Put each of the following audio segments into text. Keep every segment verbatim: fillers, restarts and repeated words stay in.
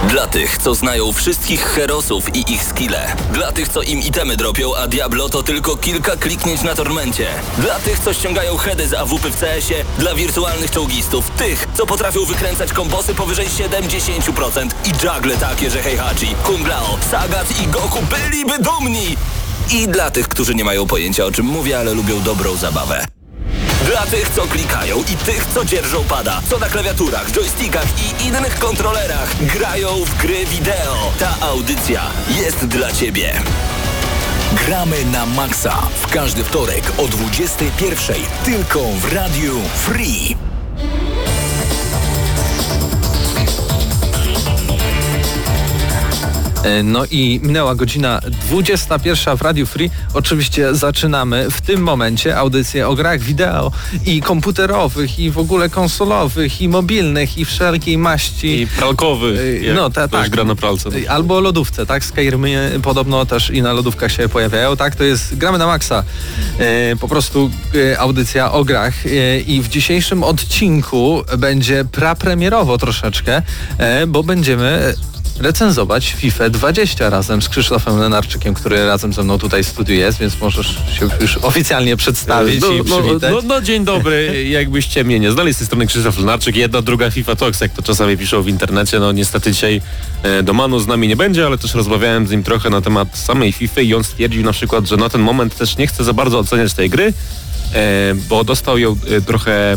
Dla tych, co znają wszystkich herosów i ich skille. Dla tych, co im itemy dropią, a Diablo to tylko kilka kliknięć na tormencie. Dla tych, co ściągają heady z A W P w C S ie. Dla wirtualnych czołgistów. Tych, co potrafią wykręcać kombosy powyżej siedemdziesiąt procent. I juggle takie, że Heihachi, Kung Lao, Sagat i Goku byliby dumni. I dla tych, którzy nie mają pojęcia, o czym mówię, ale lubią dobrą zabawę. Dla tych, co klikają i tych, co dzierżą pada, co na klawiaturach, joystickach i innych kontrolerach grają w gry wideo. Ta audycja jest dla Ciebie. Gramy na maksa w każdy wtorek o dwudziestej pierwszej tylko w Radiu Free. No i minęła godzina dwudziesta pierwsza w Radiu Free. Oczywiście zaczynamy w tym momencie audycję o grach wideo i komputerowych, i w ogóle konsolowych, i mobilnych, i wszelkiej maści. I pralkowych. No ta, tak. Gra na pralce. Albo o lodówce, tak? Skyrimy podobno też i na lodówkach się pojawiają, tak? To jest Gramy na maksa. E, po prostu e, audycja o grach. E, I w dzisiejszym odcinku będzie prapremierowo troszeczkę, e, bo będziemy recenzować FIFA dwadzieścia razem z Krzysztofem Lenarczykiem, który razem ze mną tutaj w studiu jest, więc możesz się już oficjalnie przedstawić no, i przywitać. No, no, no dzień dobry, jakbyście mnie nie znali, z tej strony Krzysztof Lenarczyk, jedna, druga FIFA Talks, jak to czasami piszą w internecie. No niestety dzisiaj e, Domanu z nami nie będzie, ale też rozmawiałem z nim trochę na temat samej FIFA i on stwierdził na przykład, że na ten moment też nie chce za bardzo oceniać tej gry, e, bo dostał ją e, trochę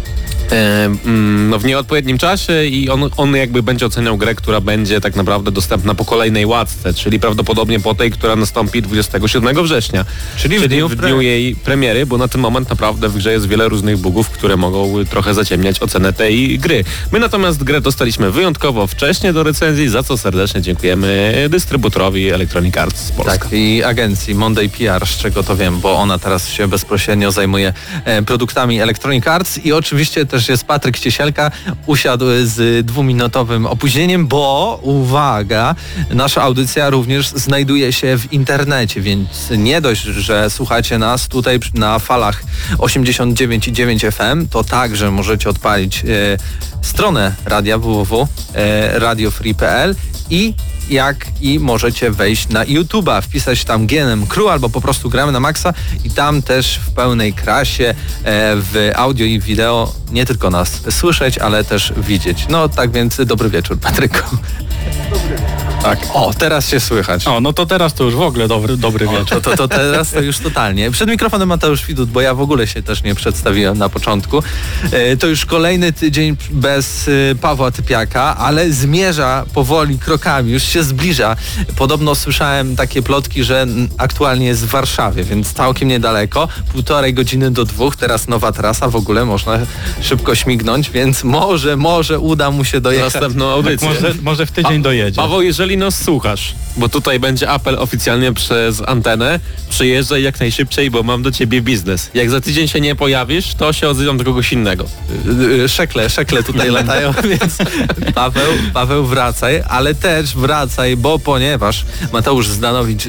no w nieodpowiednim czasie i on, on jakby będzie oceniał grę, która będzie tak naprawdę dostępna po kolejnej łatce, czyli prawdopodobnie po tej, która nastąpi dwudziestego siódmego września. Czyli, czyli w dniu, w dniu jej premiery, bo na ten moment naprawdę w grze jest wiele różnych bugów, które mogą trochę zaciemniać ocenę tej gry. My natomiast grę dostaliśmy wyjątkowo wcześnie do recenzji, za co serdecznie dziękujemy dystrybutorowi Electronic Arts Polska. Tak, i agencji Monday P R, z czego to wiem, bo ona teraz się bezpośrednio zajmuje e, produktami Electronic Arts i oczywiście też jest Patryk Ciesielka, usiadł z dwuminutowym opóźnieniem, bo uwaga, nasza audycja również znajduje się w internecie, więc nie dość, że słuchacie nas tutaj na falach osiemdziesiąt dziewięć i dziewięć F M, to także możecie odpalić e, stronę radia w w w e, radio free kropka p l i jak i możecie wejść na YouTube'a, wpisać tam G N M Crew albo po prostu Gramy na maksa i tam też w pełnej krasie e, w audio i wideo nie tylko nas słyszeć, ale też widzieć. No tak więc dobry wieczór, Patryku. Dobry. Tak. O, teraz się słychać. O, no to teraz to już w ogóle dobry, dobry wieczór. O, to, to, to teraz to już totalnie. Przed mikrofonem Mateusz Widut, bo ja w ogóle się też nie przedstawiłem na początku. E, to już kolejny tydzień bez e, Pawła Typiaka, ale zmierza powoli krokami, już się zbliża. Podobno słyszałem takie plotki, że aktualnie jest w Warszawie, więc całkiem niedaleko. Półtorej godziny do dwóch, teraz nowa trasa, w ogóle można szybko śmignąć, więc może, może uda mu się dojechać. Następną audycję. Tak, może, może w tydzień A, dojedzie. Paweł, jeżeli nas słuchasz, bo tutaj będzie apel oficjalnie przez antenę, przyjeżdżaj jak najszybciej, bo mam do ciebie biznes. Jak za tydzień się nie pojawisz, to się odzywam do kogoś innego. Szekle, szekle tutaj latają, więc Paweł, Paweł wracaj, ale też wracaj, bo ponieważ Mateusz Zdanowicz e,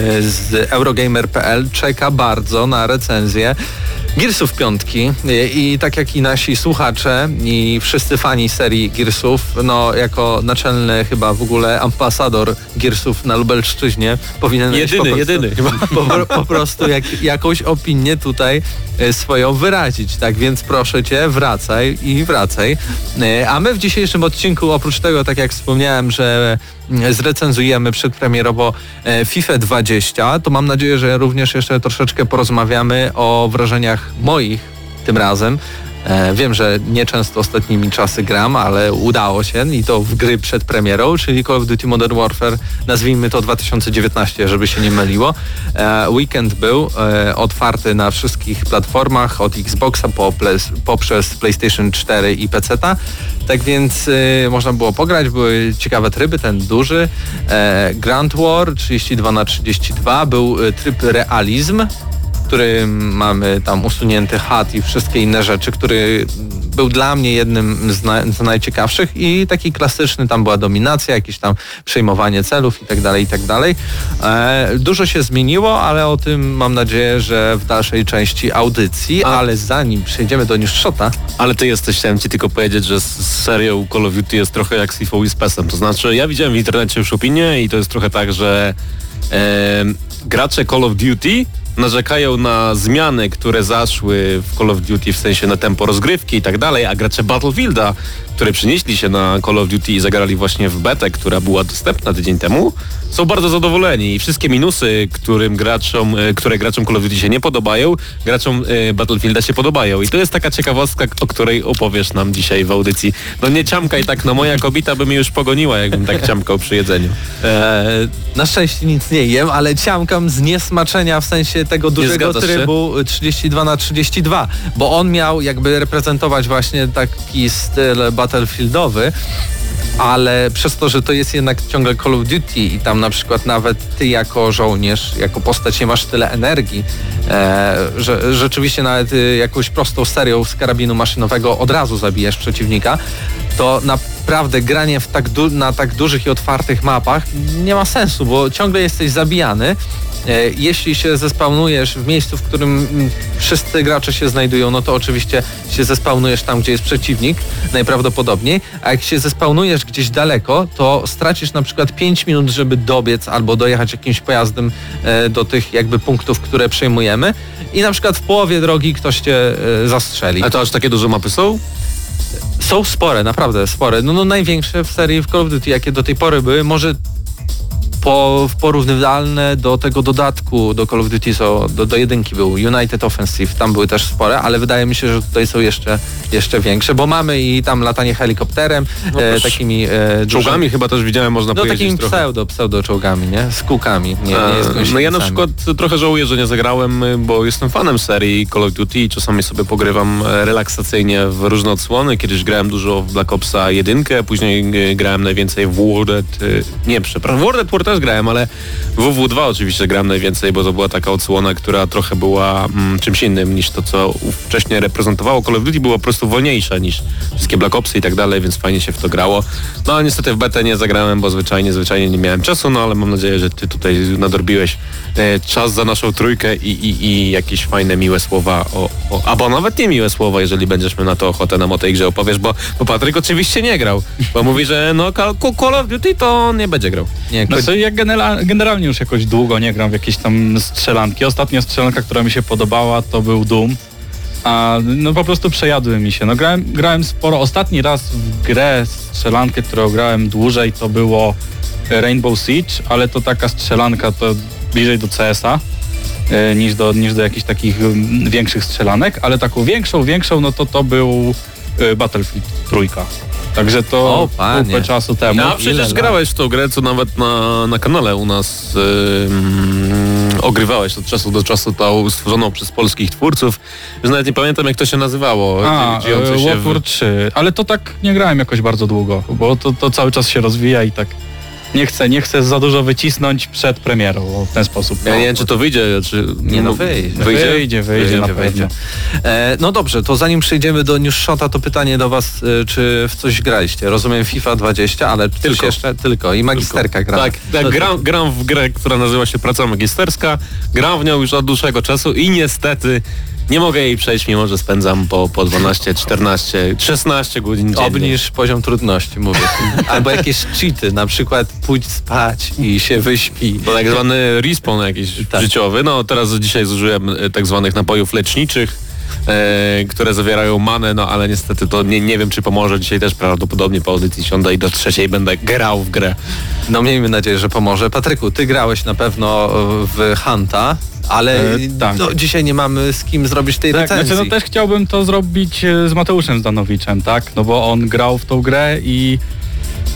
z Eurogamer kropka p l czeka bardzo na recenzję Gearsów piątki i, i tak jak i nasi słuchacze i wszyscy fani serii Gearsów, no jako naczelny chyba w ogóle ambasador Gearsów na Lubelszczyźnie powinien jedyny, po prostu, jedyny chyba. Po, po prostu jak, jakąś opinię tutaj swoją wyrazić, tak więc proszę Cię, wracaj i wracaj. A my w dzisiejszym odcinku, oprócz tego, tak jak wspomniałem, że zrecenzujemy przedpremierowo FIFA dwadzieścia, to mam nadzieję, że również jeszcze troszeczkę porozmawiamy o wrażeniach moich tym razem. Wiem, że nieczęsto ostatnimi czasy gram, ale udało się i to w gry przed premierą, czyli Call of Duty Modern Warfare, nazwijmy to dwa tysiące dziewiętnaście, żeby się nie myliło. Weekend był otwarty na wszystkich platformach, od Xboxa po ples, poprzez PlayStation cztery i peceta. Tak więc można było pograć, były ciekawe tryby, ten duży. Grand War trzydzieści dwa na trzydzieści dwa, był tryb realizm. którym mamy tam usunięty H U D i wszystkie inne rzeczy, który był dla mnie jednym z, na, z najciekawszych i taki klasyczny, tam była dominacja, jakieś tam przejmowanie celów i tak dalej, i tak dalej. E, dużo się zmieniło, ale o tym mam nadzieję, że w dalszej części audycji, A. ale zanim przejdziemy do News Shota. Ale ty jesteś, chciałem ci tylko powiedzieć, że z z serią Call of Duty jest trochę jak z FIFA i z PESem. To znaczy, ja widziałem w internecie już opinię i to jest trochę tak, że e, gracze Call of Duty narzekają na zmiany, które zaszły w Call of Duty, w sensie na tempo rozgrywki i tak dalej, a gracze Battlefielda, które przynieśli się na Call of Duty i zagrali właśnie w betę, która była dostępna tydzień temu, są bardzo zadowoleni i wszystkie minusy, którym graczom, e, które graczom Call of Duty się nie podobają, graczom e, Battlefielda się podobają. I to jest taka ciekawostka, o której opowiesz nam dzisiaj w audycji. No nie ciamkaj tak, no moja kobieta by mnie już pogoniła, jakbym tak ciamkał przy jedzeniu. E, na szczęście nic nie jem, ale ciamkam z niesmaczenia w sensie tego dużego zgadzasz się? trybu trzydzieści dwa na trzydzieści dwa, bo on miał jakby reprezentować właśnie taki styl battlefieldowy, ale przez to, że to jest jednak ciągle Call of Duty i tam na przykład nawet ty jako żołnierz, jako postać nie masz tyle energii, e, że rzeczywiście nawet y, jakąś prostą serią z karabinu maszynowego od razu zabijasz przeciwnika, to naprawdę granie w tak du- na tak dużych i otwartych mapach nie ma sensu, bo ciągle jesteś zabijany. E, Jeśli się zespawnujesz w miejscu, w którym mm, wszyscy gracze się znajdują, no to oczywiście się zespawnujesz tam, gdzie jest przeciwnik, najprawdopodobniej, a jak się zespawnujesz gdzieś daleko, to stracisz na przykład pięć minut, żeby dobiec albo dojechać jakimś pojazdem e, do tych jakby punktów, które przejmujemy i na przykład w połowie drogi ktoś cię e, zastrzeli. A to aż takie duże mapy są? Są spore, naprawdę spore. No, no największe w serii w Call of Duty, jakie do tej pory były, może po, porównywalne do tego dodatku do Call of Duty, są, do, do jedynki był United Offensive, tam były też spore, ale wydaje mi się, że tutaj są jeszcze, jeszcze większe, bo mamy i tam latanie helikopterem, No e, też takimi e, Czołgami dużymi- chyba też widziałem, można no pojeździć takimi trochę. pseudo, pseudo czołgami, nie? Z kółkami, nie, nie jest E, No ja na przykład trochę żałuję, że nie zagrałem, bo jestem fanem serii Call of Duty i czasami sobie pogrywam e, relaksacyjnie w różne odsłony. Kiedyś grałem dużo w Black Opsa jeden, później e, grałem najwięcej w World at, e, nie, przepraszam, w World at War też grałem, ale w W W dwa oczywiście grałem najwięcej, bo to była taka odsłona, która trochę była mm, czymś innym niż to, co wcześniej reprezentowało Call of Duty, była po prostu wolniejsza niż wszystkie Black Opsy i tak dalej, więc fajnie się w to grało. No a niestety w betę nie zagrałem, bo zwyczajnie, zwyczajnie nie miałem czasu, no ale mam nadzieję, że ty tutaj nadrobiłeś e, czas za naszą trójkę i, i, i jakieś fajne, miłe słowa, o, o, albo nawet nie miłe słowa, jeżeli będziesz miał na to ochotę, nam o tej grze opowiesz, bo, bo Patryk oczywiście nie grał, bo mówi, że no Call Call of Duty to nie będzie grał. Nie, No to ja genera- generalnie już jakoś długo nie gram w jakieś tam strzelanki. Ostatnia strzelanka, która mi się podobała, to był Doom. A no po prostu przejadły mi się. No grałem, grałem sporo. Ostatni raz w grę strzelankę, którą grałem dłużej, to było Rainbow Siege, ale to taka strzelanka to bliżej do C S a e, niż do, niż do jakichś takich mm, większych strzelanek, ale taką większą, większą, no to to był e, Battlefield trójka. Także to O, panie. kupę czasu temu. No, a ile przecież lat? grałeś w tą grę, co nawet na, na kanale u nas yy, ogrywałeś od czasu do czasu tą stworzoną przez polskich twórców. Już nawet nie pamiętam, jak to się nazywało. A, dziejące e, się World War trzy, ale to tak nie grałem jakoś bardzo długo, bo to, to cały czas się rozwija i tak nie chcę, nie chcę za dużo wycisnąć przed premierą, o, w ten sposób. Ja nie wiem, czy to wyjdzie, czy... Nie, no wyjdzie. Wyjdzie, wyjdzie, wyjdzie, na pewno. E, no dobrze, to zanim przejdziemy do News Shota, to pytanie do was, e, czy w coś graliście? Rozumiem FIFA dwadzieścia, ale tylko. Tylko. Coś jeszcze? Tylko. I magisterka gra. Tak, tak gram, gram w grę, która nazywa się Praca Magisterska. Gram w nią już od dłuższego czasu i niestety nie mogę jej przejść, mimo że spędzam po, po dwanaście, czternaście, szesnaście godzin dziennie. Obniż poziom trudności, mówię. Albo jakieś cheaty, na przykład pójdź spać i się wyśpi. To tak zwany respawn jakiś Tak. życiowy. No teraz dzisiaj zużyłem e, tak zwanych napojów leczniczych, e, które zawierają manę, no ale niestety to nie, nie wiem, czy pomoże. Dzisiaj też prawdopodobnie po audycji siądę i do trzeciej będę grał w grę. No miejmy nadzieję, że pomoże. Patryku, ty grałeś na pewno w Hunta, ale E, tak. no, dzisiaj nie mamy z kim zrobić tej Tak, recenzji. znaczy no też chciałbym to zrobić e, z Mateuszem Zdanowiczem, tak? No bo on grał w tą grę i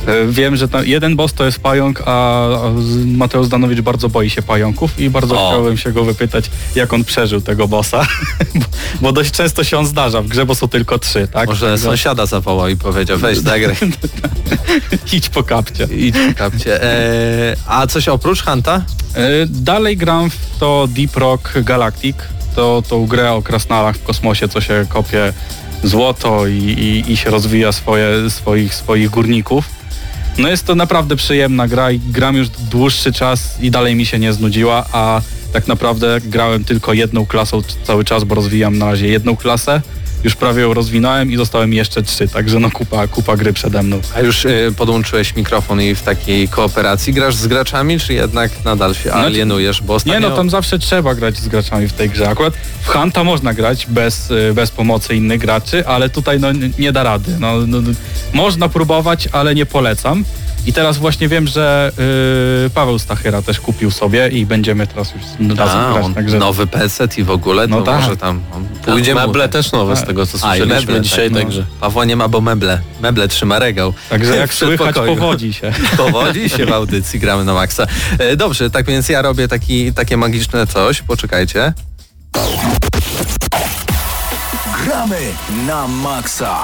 E, Wiem, że tam jeden boss to jest pająk, a a Mateusz Danowicz bardzo boi się pająków i bardzo O. chciałem się go wypytać, jak on przeżył tego bossa, bo, bo dość często się on zdarza, w grze bo są tylko trzy, tak? Może Także sąsiada zawołał i powiedział, weź zagraj. idź po kapcie. Idź kapcie. E, a coś oprócz Hanta? E, Dalej gram w to Deep Rock Galactic, to tą grę o krasnalach w kosmosie, co się kopie złoto i, i, i się rozwija swoje, swoich, swoich górników. No jest to naprawdę przyjemna gra i gram już dłuższy czas i dalej mi się nie znudziła, a tak naprawdę grałem tylko jedną klasą cały czas, bo rozwijam na razie jedną klasę. Już prawie ją rozwinąłem i zostałem jeszcze trzy, także no kupa, kupa gry przede mną. A już y, podłączyłeś mikrofon i w takiej kooperacji grasz z graczami, czy jednak nadal się Znaczy- alienujesz? Bo ostatnio... Nie no, tam zawsze trzeba grać z graczami w tej grze. Akurat w Hunta można grać bez, y, bez pomocy innych graczy, ale tutaj no n- nie da rady. No, no, no, można próbować, ale nie polecam. I teraz właśnie wiem, że y, Paweł Stachyra też kupił sobie i będziemy teraz już razem A, grać. on Także nowy P C i w ogóle, to No tak. może tam on pójdzie mu. Meble też nowe z tego, co A, i słyszeliśmy meble, dzisiaj, tak, no. także... Pawła nie ma, bo meble. Meble trzyma regał. Także jak W słychać, przedpokoju. powodzi się. Powodzi się w audycji, gramy na maksa. E, dobrze, tak więc ja robię taki, takie magiczne coś, poczekajcie. Gramy na maksa.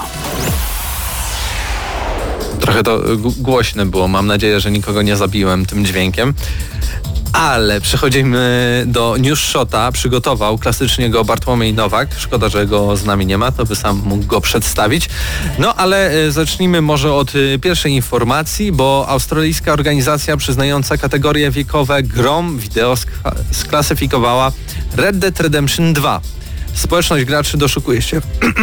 Trochę to g- głośne było, mam nadzieję, że nikogo nie zabiłem tym dźwiękiem. Ale przechodzimy do News Shota. Przygotował klasycznie go Bartłomiej Nowak. Szkoda, że go z nami nie ma, to by sam mógł go przedstawić. No ale e, zacznijmy może od e, pierwszej informacji, bo australijska organizacja przyznająca kategorie wiekowe grom wideo sk- sklasyfikowała Red Dead Redemption dwa. Społeczność graczy doszukuje się...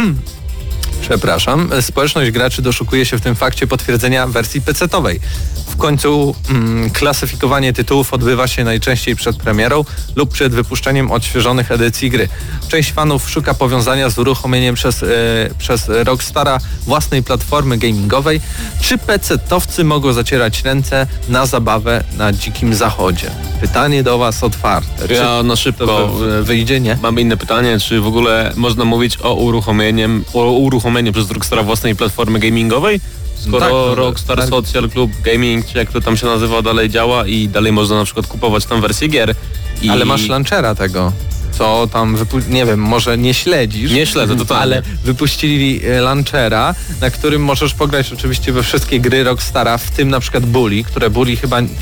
Przepraszam. Społeczność graczy doszukuje się w tym fakcie potwierdzenia wersji pecetowej. W końcu mm, klasyfikowanie tytułów odbywa się najczęściej przed premierą lub przed wypuszczeniem odświeżonych edycji gry. Część fanów szuka powiązania z uruchomieniem przez, e, przez Rockstara własnej platformy gamingowej. Czy pecetowcy mogą zacierać ręce na zabawę na dzikim zachodzie? Pytanie do was otwarte. Ja na to szybko wy- wyjdzie, nie? Mam inne pytanie, czy w ogóle można mówić o uruchomieniem, o uruchomieniu przez Rockstara własnej platformy gamingowej? Skoro Tak, no, Rockstar tak. Social Club Gaming, czy jak to tam się nazywa, dalej działa i dalej można na przykład kupować tam wersję gier. I... Ale masz launchera tego, co tam, wypu- nie wiem, może nie śledzisz. Nie śledzę, totalnie. Ale wypuścili e, launchera, na którym możesz pograć oczywiście we wszystkie gry Rockstara, w tym na przykład Bully, które Bully chyba... e,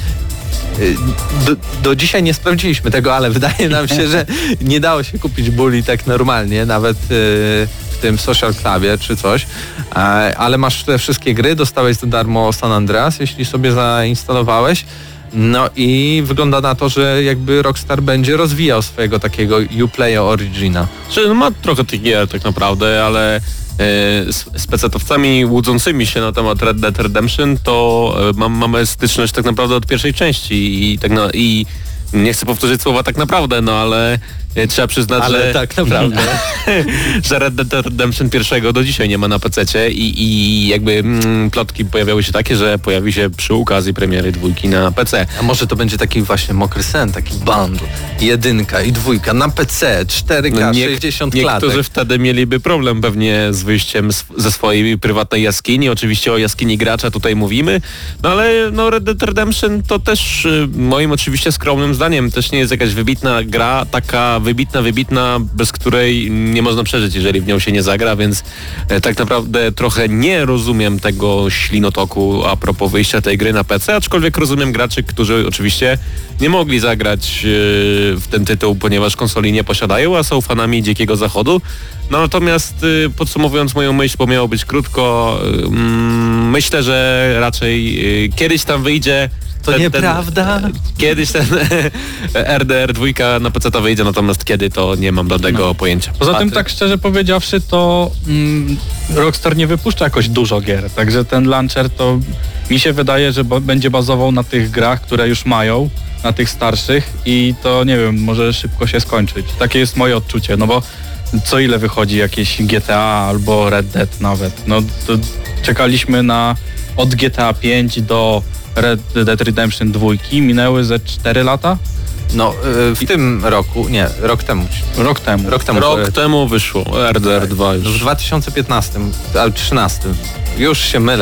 Do, do dzisiaj nie sprawdziliśmy tego, ale wydaje nam się, że nie dało się kupić Bully tak normalnie, nawet e, w tym Social Clubie czy coś, E, ale masz te wszystkie gry, dostałeś za darmo San Andreas, jeśli sobie zainstalowałeś. No i wygląda na to, że jakby Rockstar będzie rozwijał swojego takiego Uplay Origina. Czy no ma trochę tych gier tak naprawdę, ale e, z, z pecetowcami łudzącymi się na temat Red Dead Redemption, to e, mam, mamy styczność tak naprawdę od pierwszej części i tak na, i nie chcę powtórzyć słowa tak naprawdę, no ale e, trzeba przyznać, Ale że, tak naprawdę. że Red Dead Redemption pierwszego do dzisiaj nie ma na pececie i, i jakby mm, plotki pojawiały się takie, że pojawi się przy okazji premiery dwójki na P C. A może to będzie taki właśnie mokry sen, taki bundle. Jedynka i dwójka na P C, cztery K, No nie- sześćdziesiąt Niektórzy klatek. wtedy mieliby problem pewnie z wyjściem z, ze swojej prywatnej jaskini. Oczywiście o jaskini gracza tutaj mówimy, no ale no Red Dead Redemption to też y, moim oczywiście skromnym zdaniem też nie jest jakaś wybitna gra, taka wybitna, wybitna, bez której nie można przeżyć, jeżeli w nią się nie zagra, więc e, tak naprawdę trochę nie rozumiem tego ślinotoku a propos wyjścia tej gry na P C, aczkolwiek rozumiem graczy, którzy oczywiście nie mogli zagrać e, w ten tytuł, ponieważ konsoli nie posiadają, a są fanami Dzikiego Zachodu. No natomiast e, podsumowując moją myśl, bo miało być krótko, e, mm, myślę, że raczej e, kiedyś tam wyjdzie To ten- nieprawda. Ten, kiedyś ten R D R dwa na P C to wyjdzie, natomiast kiedy to nie mam żadnego No. pojęcia. Poza tym, Patryk? tak szczerze powiedziawszy, to mm, Rockstar nie wypuszcza jakoś dużo gier, także ten launcher to mi się wydaje, że bo, będzie bazował na tych grach, które już mają, na tych starszych i to nie wiem, może szybko się skończyć. Takie jest moje odczucie, no bo co ile wychodzi jakieś G T A albo Red Dead nawet. No to czekaliśmy na od G T A pięć do Red Dead Redemption dwa, minęły ze cztery lata? No y, w tym roku, nie, rok temu. Rok temu. Rok temu. Rok temu wyszło R D R dwa W już. dwa tysiące piętnastym albo trzynastym. Już się mylę. W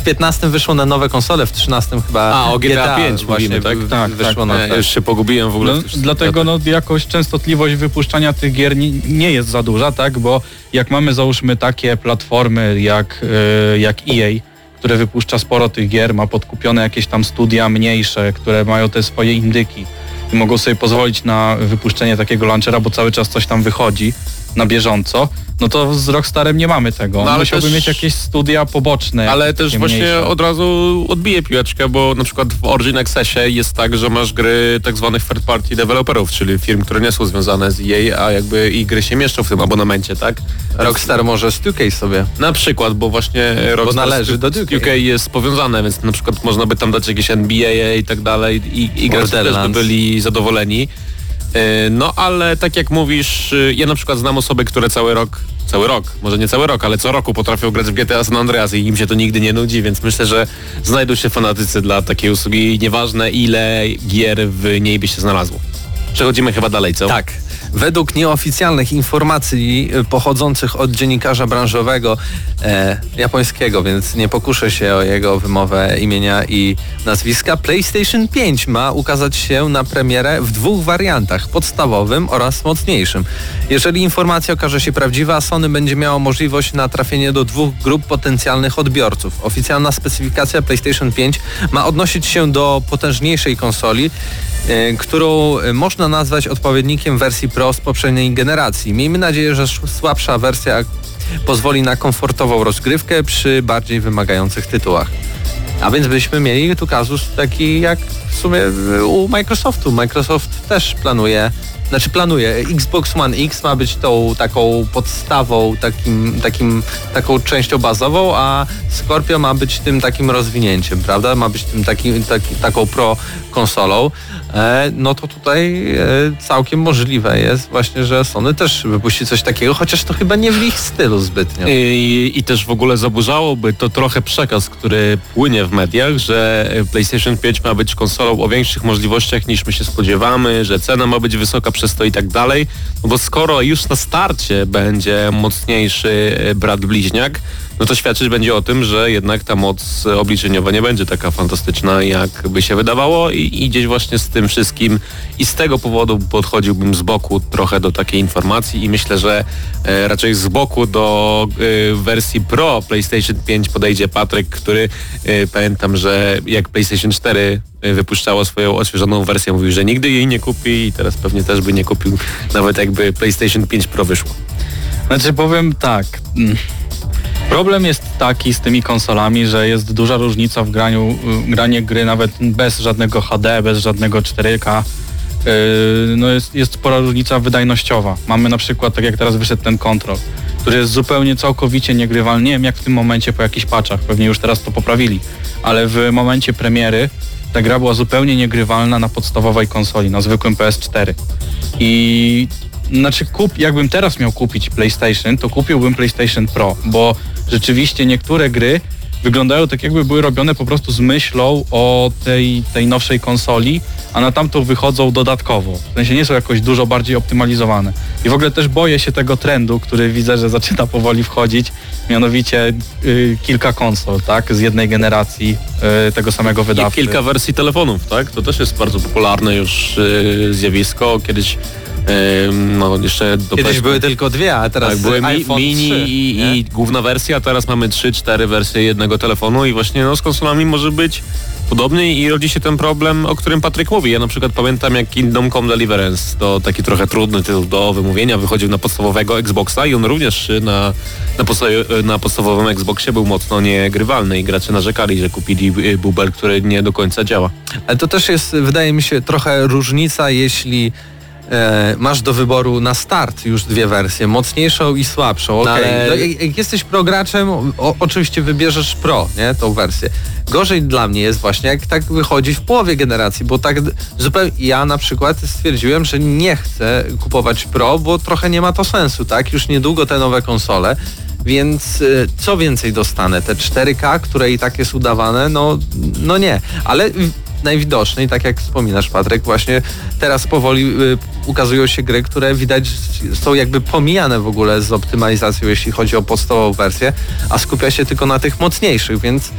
piętnastym wyszło na nowe konsole, w trzynastym chyba A, o G T A pięć właśnie mówimy, tak? w- Tak, wyszło tak. na Ja już się pogubiłem w ogóle. No, w tych dlatego światach. no, jakoś częstotliwość wypuszczania tych gier nie, nie jest za duża, tak? Bo jak mamy załóżmy takie platformy jak, y, jak E A, które wypuszcza sporo tych gier, ma podkupione jakieś tam studia mniejsze, które mają te swoje indyki i mogą sobie pozwolić na wypuszczenie takiego launchera, bo cały czas coś tam wychodzi na bieżąco, no to z Rockstarem nie mamy tego. No, ale Musiałby też- mieć jakieś studia poboczne. Ale jakieś też takie właśnie mniejsze. od razu odbiję piłeczkę, bo na przykład w Origin Accessie jest tak, że masz gry tak zwanych third party developerów, czyli firm, które nie są związane z E A, a jakby i gry się mieszczą w tym abonamencie, tak? Rockstar może z two K sobie. Na przykład, bo właśnie Rockstar należy z do z two K. U K jest powiązane, więc na przykład można by tam dać jakieś N B A i tak dalej i, i gracze też by Borderlands. byli zadowoleni. Yy, No ale tak jak mówisz, yy, ja na przykład znam osoby, które cały rok, cały rok, może nie cały rok, ale co roku potrafią grać w G T A San Andreas i im się to nigdy nie nudzi, więc myślę, że znajdą się fanatycy dla takiej usługi, nieważne ile gier w niej by się znalazło. Przechodzimy chyba dalej, co? Tak. Według nieoficjalnych informacji y, pochodzących od dziennikarza branżowego e, japońskiego, więc nie pokuszę się o jego wymowę imienia i nazwiska, PlayStation pięć ma ukazać się na premierę w dwóch wariantach, podstawowym oraz mocniejszym. Jeżeli informacja okaże się prawdziwa, Sony będzie miało możliwość na trafienie do dwóch grup potencjalnych odbiorców. Oficjalna specyfikacja PlayStation pięć ma odnosić się do potężniejszej konsoli, e, którą e, można nazwać odpowiednikiem wersji Pro z poprzedniej generacji. Miejmy nadzieję, że sz- słabsza wersja pozwoli na komfortową rozgrywkę przy bardziej wymagających tytułach. A więc byśmy mieli tu kazus taki jak w sumie y, u Microsoftu. Microsoft też planuje, znaczy planuje, Xbox One X ma być tą taką podstawą, takim, takim, taką częścią bazową, a Scorpio ma być tym takim rozwinięciem, prawda? Ma być tym takim, taki, taką pro konsolą. E, no to tutaj e, całkiem możliwe jest właśnie, że Sony też wypuści coś takiego, chociaż to chyba nie w ich stylu zbytnio. I, I też w ogóle zaburzałoby to trochę przekaz, który płynie w mediach, że PlayStation pięć ma być konsolą o większych możliwościach niż my się spodziewamy, że cena ma być wysoka przez to i tak dalej. No bo skoro już na starcie będzie mocniejszy brat bliźniak, no to świadczyć będzie o tym, że jednak ta moc obliczeniowa nie będzie taka fantastyczna, jak by się wydawało i, i gdzieś właśnie z tym wszystkim i z tego powodu podchodziłbym z boku trochę do takiej informacji i myślę, że e, raczej z boku do e, wersji Pro PlayStation pięć podejdzie Patryk, który e, pamiętam, że jak PlayStation cztery e, wypuszczało swoją odświeżoną wersję, mówił, że nigdy jej nie kupi i teraz pewnie też by nie kupił, nawet jakby PlayStation pięć Pro wyszło. Znaczy powiem tak. mm, Problem jest taki z tymi konsolami, że jest duża różnica w graniu, y, granie gry nawet bez żadnego H D, bez żadnego cztery K. Yy, no jest, jest spora różnica wydajnościowa. Mamy na przykład, tak jak teraz wyszedł ten Control, który jest zupełnie całkowicie niegrywalny. Nie wiem jak w tym momencie po jakichś patchach, pewnie już teraz to poprawili, ale w momencie premiery ta gra była zupełnie niegrywalna na podstawowej konsoli, na zwykłym P S cztery. I znaczy kup, jakbym teraz miał kupić PlayStation, to kupiłbym PlayStation Pro, bo rzeczywiście niektóre gry wyglądają tak jakby były robione po prostu z myślą o tej, tej nowszej konsoli, a na tamtą wychodzą dodatkowo. W sensie nie są jakoś dużo bardziej optymalizowane. I w ogóle też boję się tego trendu, który widzę, że zaczyna powoli wchodzić, mianowicie y, kilka konsol, tak, z jednej generacji y, tego samego I wydawcy. kilka wersji telefonów, tak? To też jest bardzo popularne już yy, zjawisko. Kiedyś yy, no jeszcze do Kiedyś P S były tylko dwie, a teraz tak, były mi, iPhone mini trzy, i, nie? i główna wersja, a teraz mamy trzy, cztery wersje jednego telefonu i właśnie no, z konsolami może być podobnie i rodzi się ten problem, o którym Patryk mówi. Ja na przykład pamiętam, jak Kingdom Come Deliverance, to taki trochę trudny tytuł do wymówienia, wychodził na podstawowego Xboxa i on również na, na, podsta- na podstawowym Xboxie był mocno niegrywalny i gracze narzekali, że kupili y, bubel, który nie do końca działa. Ale to też jest, wydaje mi się, trochę różnica, jeśli e, masz do wyboru na start już dwie wersje, mocniejszą i słabszą. No, Okej, ale- no, jak, jak jesteś prograczem, o, oczywiście wybierzesz Pro, nie, tą wersję. Gorzej dla mnie jest właśnie, jak tak wychodzi w połowie generacji, bo tak d- zupełnie, ja na przykład stwierdziłem, że nie chcę kupować Pro, bo trochę nie ma to sensu, tak? Już niedługo te nowe konsole, więc y, co więcej dostanę? Te cztery K, które i tak jest udawane, no, no nie. Ale y, najwidoczniej, tak jak wspominasz, Patryk, właśnie teraz powoli y, ukazują się gry, które widać są jakby pomijane w ogóle z optymalizacją, jeśli chodzi o podstawową wersję, a skupia się tylko na tych mocniejszych, więc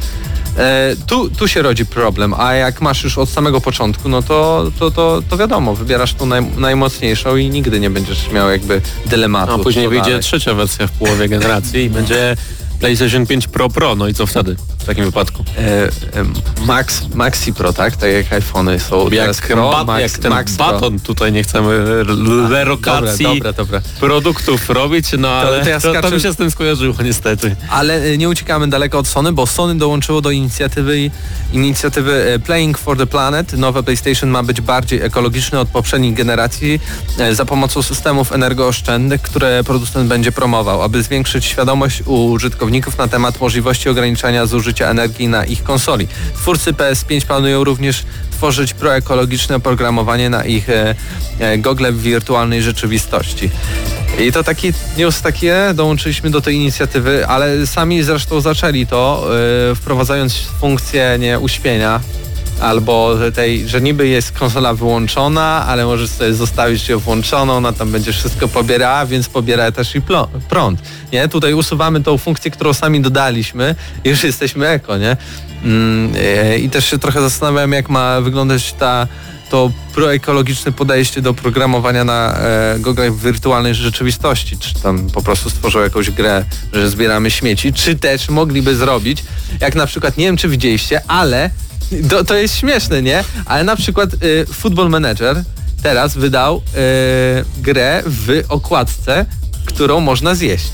E, tu, tu się rodzi problem, a jak masz już od samego początku, no to, to, to, to wiadomo, wybierasz tą naj, najmocniejszą i nigdy nie będziesz miał jakby dylematu. A później co wyjdzie dalej. trzecia wersja w połowie generacji i będzie PlayStation pięć Pro Pro, no i co wtedy w takim wypadku? E, e, Max, Maxi Pro, tak? Tak jak iPhony są Jak teraz ten, Pro, bat, Max, jak ten Max Pro. baton, tutaj nie chcemy relokacji Dobre, dobre, dobre. produktów robić, no ale to ja to, to skaczę- mi się z tym skojarzyło niestety. Ale e, nie uciekamy daleko od Sony, bo Sony dołączyło do inicjatywy inicjatywy e, Playing for the Planet. Nowe PlayStation ma być bardziej ekologiczne od poprzednich generacji e, za pomocą systemów energooszczędnych, które producent będzie promował, aby zwiększyć świadomość u użytkowników na temat możliwości ograniczania zużycia energii na ich konsoli. Twórcy P S pięć planują również tworzyć proekologiczne oprogramowanie na ich e, e, gogle w wirtualnej rzeczywistości. I to taki news takie, dołączyliśmy do tej inicjatywy, ale sami zresztą zaczęli to, yy, wprowadzając funkcję nie uśpienia, albo tej, że niby jest konsola wyłączona, ale możesz sobie zostawić ją włączoną, ona tam będzie wszystko pobierała, więc pobiera też i plo- prąd. Nie? Tutaj usuwamy tą funkcję, którą sami dodaliśmy i już jesteśmy eko, nie? Mm, yy, I też się trochę zastanawiam, jak ma wyglądać ta to proekologiczne podejście do programowania na e, goglach wirtualnej rzeczywistości. Czy tam po prostu stworzą jakąś grę, że zbieramy śmieci, czy też mogliby zrobić, jak na przykład, nie wiem czy widzieliście, ale to, to jest śmieszne, nie? Ale na przykład e, Football Manager teraz wydał e, grę w okładce, którą można zjeść.